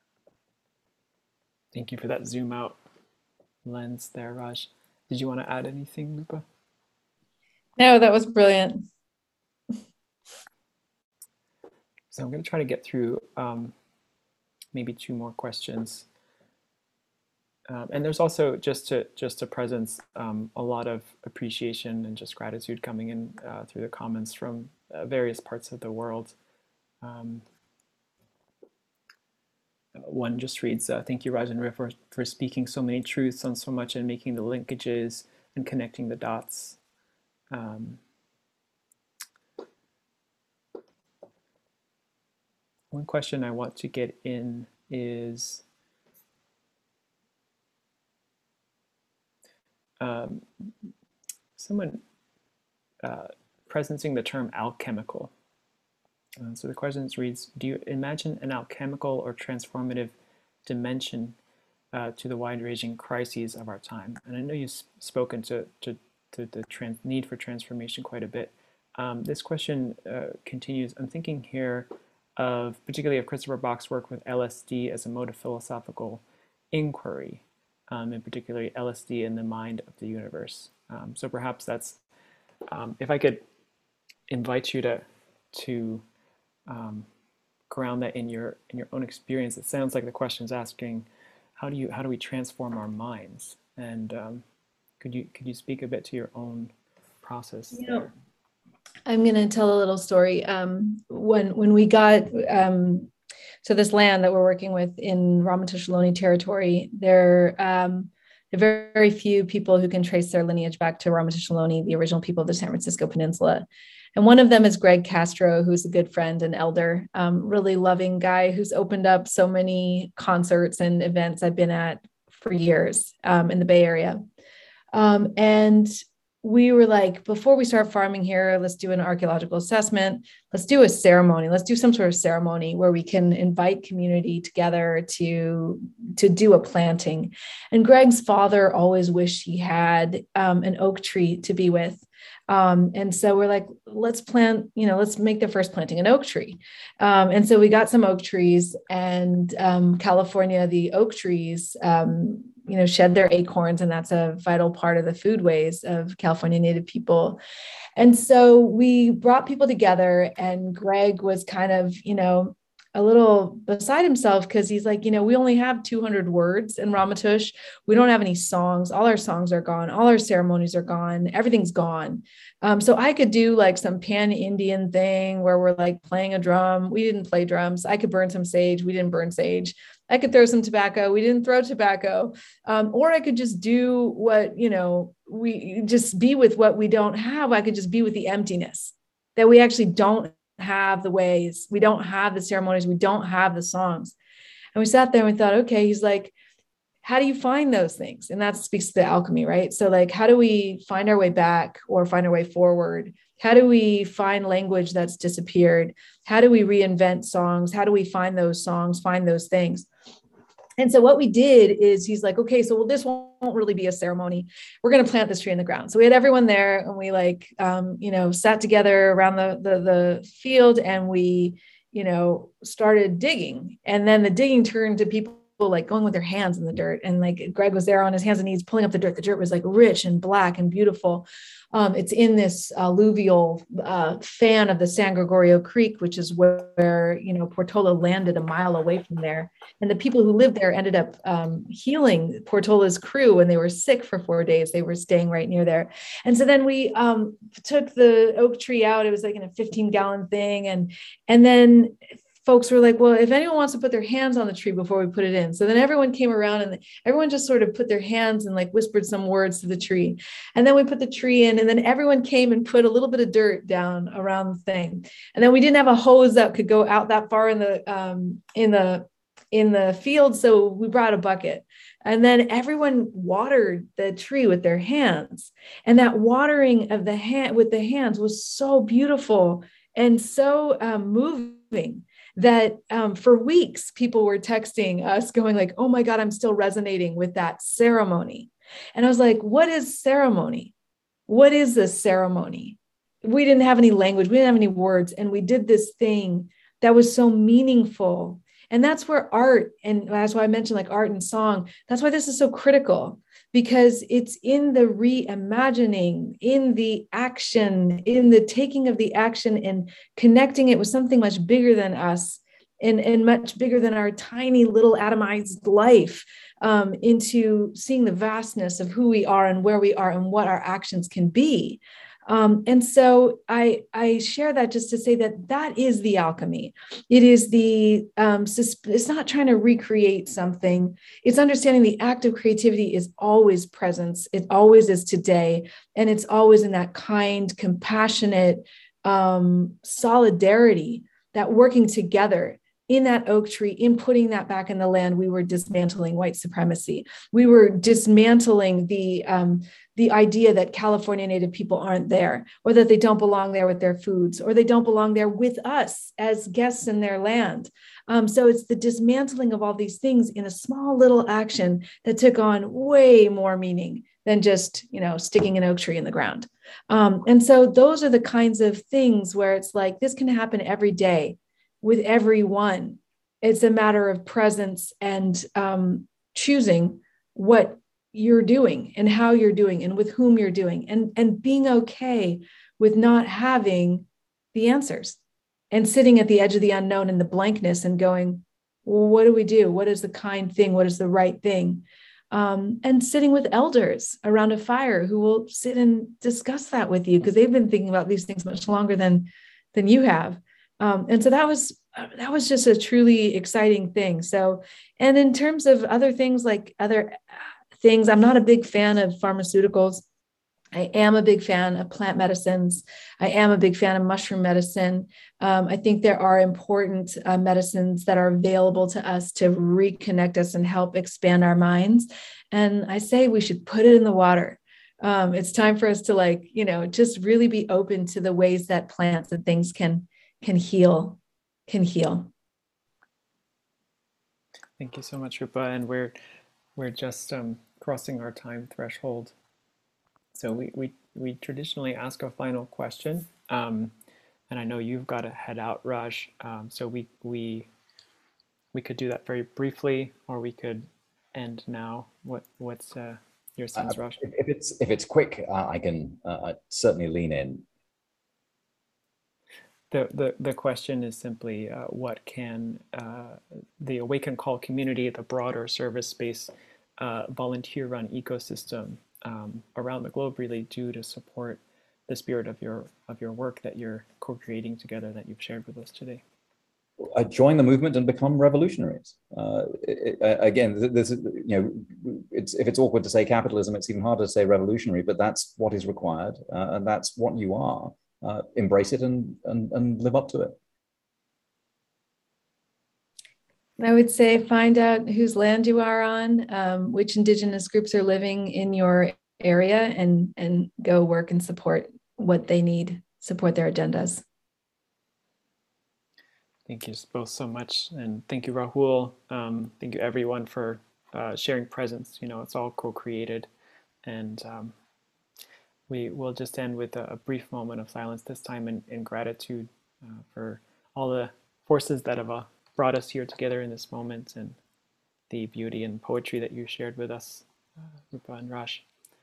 Thank you for that zoom out lens there, Raj. Did you want to add anything, Rupa? No, that was brilliant. So I'm going to try to get through maybe 2 more questions. And there's also just a presence, a lot of appreciation and just gratitude coming in through the comments from various parts of the world. One just reads, thank you, Raj and Riff, for speaking so many truths on so much and making the linkages and connecting the dots. One question I want to get in is, someone presencing the term alchemical. So the question reads, do you imagine an alchemical or transformative dimension to the wide-ranging crises of our time? And I know you've spoken to the need for transformation quite a bit. This question continues. I'm thinking here particularly of Christopher Bach's work with LSD as a mode of philosophical inquiry, and particularly LSD in the mind of the universe. So perhaps that's, if I could invite you to ground that in your own experience. It sounds like the question is asking, how do we transform our minds? And could you speak a bit to your own process there? I'm going to tell a little story. When we got So this land that we're working with in Ramaytush Ohlone territory, there are very few people who can trace their lineage back to Ramaytush Ohlone, the original people of the San Francisco Peninsula. And one of them is Greg Castro, who's a good friend and elder, really loving guy who's opened up so many concerts and events I've been at for years in the Bay Area. And we were like, before we start farming here, let's do an archaeological assessment. Let's do a ceremony. Let's do some sort of ceremony where we can invite community together to do a planting. And Greg's father always wished he had an oak tree to be with. And so we're like, let's plant, let's make the first planting an oak tree. And so we got some oak trees, and California, the oak trees, shed their acorns, and that's a vital part of the foodways of California Native people. And so we brought people together, and Greg was kind of, a little beside himself because he's like, we only have 200 words in Ramaytush. We don't have any songs. All our songs are gone. All our ceremonies are gone. Everything's gone. So I could do like some pan-Indian thing where we're like playing a drum. We didn't play drums. I could burn some sage. We didn't burn sage. I could throw some tobacco. We didn't throw tobacco. Or I could just do what, we just be with what we don't have. I could just be with the emptiness that we actually don't have the ways, we don't have the ceremonies, we don't have the songs. And we sat there and we thought, okay, he's like, how do you find those things? And that speaks to the alchemy, right? So like, how do we find our way back or find our way forward? How do we find language that's disappeared? How do we reinvent songs? How do we find those songs, find those things? And so what we did is he's like, okay, so this won't really be a ceremony. We're going to plant this tree in the ground. So we had everyone there, and we sat together around the field, and we, started digging. And then the digging turned to people like going with their hands in the dirt. And like Greg was there on his hands and knees pulling up the dirt. The dirt was like rich and black and beautiful. It's in this alluvial fan of the San Gregorio Creek, which is where Portola landed a mile away from there. And the people who lived there ended up healing Portola's crew when they were sick for 4 days. They were staying right near there. And so then we took the oak tree out. It was like in a 15-gallon thing. And then folks were like, well, if anyone wants to put their hands on the tree before we put it in. So then everyone came around, and everyone just sort of put their hands and like whispered some words to the tree. And then we put the tree in, and then everyone came and put a little bit of dirt down around the thing. And then we didn't have a hose that could go out that far in the field. So we brought a bucket, and then everyone watered the tree with their hands. And that watering of the hand with the hands was so beautiful and so moving that for weeks, people were texting us going like, oh my God, I'm still resonating with that ceremony. And I was like, what is ceremony? What is this ceremony? We didn't have any language. We didn't have any words. And we did this thing that was so meaningful. And that's where art, and that's why I mentioned like art and song, that's why this is so critical, because it's in the reimagining, in the action, in the taking of the action and connecting it with something much bigger than us and much bigger than our tiny little atomized life, into seeing the vastness of who we are and where we are and what our actions can be. And so I share that just to say that is the alchemy. It is it's not trying to recreate something. It's understanding the act of creativity is always presence. It always is today. And it's always in that kind, compassionate solidarity, that working together. In that oak tree, in putting that back in the land, we were dismantling white supremacy. We were dismantling the idea that California Native people aren't there, or that they don't belong there with their foods, or they don't belong there with us as guests in their land. So it's the dismantling of all these things in a small little action that took on way more meaning than just, sticking an oak tree in the ground. And so those are the kinds of things where it's like, this can happen every day with everyone. It's a matter of presence and choosing what you're doing and how you're doing and with whom you're doing, and being okay with not having the answers and sitting at the edge of the unknown and the blankness and going, well, what do we do? What is the kind thing? What is the right thing? And sitting with elders around a fire who will sit and discuss that with you, because they've been thinking about these things much longer than you have. And so that was that was just a truly exciting thing. So, and in terms of other things, like other things, I'm not a big fan of pharmaceuticals. I am a big fan of plant medicines. I am a big fan of mushroom medicine. I think there are important medicines that are available to us to reconnect us and help expand our minds. And I say we should put it in the water. It's time for us to just really be open to the ways that plants and things can heal. Thank you so much, Rupa. And we're just crossing our time threshold. So we traditionally ask a final question, and I know you've got to head out, Raj. So we could do that very briefly, or we could end now. What's your sense, Raj? If it's quick, I can certainly lean in. The question is simply, what can the Awaken Call community, the broader service-based volunteer-run ecosystem around the globe really do to support the spirit of your work that you're co-creating together, that you've shared with us today? Join the movement and become revolutionaries. Again, if it's awkward to say capitalism, it's even harder to say revolutionary, but that's what is required, and that's what you are. Embrace it and live up to it. I would say find out whose land you are on, which indigenous groups are living in your area, and go work and support what they need, support their agendas. Thank you both so much. And thank you, Rahul. Thank you, everyone, for sharing presence. It's all co-created. And we will just end with a brief moment of silence this time in gratitude for all the forces that have brought us here together in this moment, and the beauty and poetry that you shared with us, Rupa and Raj.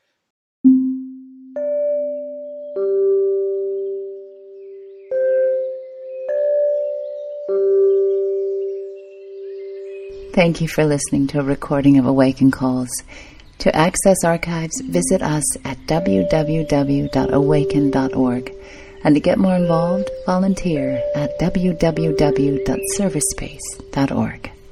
Thank you for listening to a recording of Awaken Calls. To access archives, visit us at www.awaken.org. And to get more involved, volunteer at www.servicespace.org.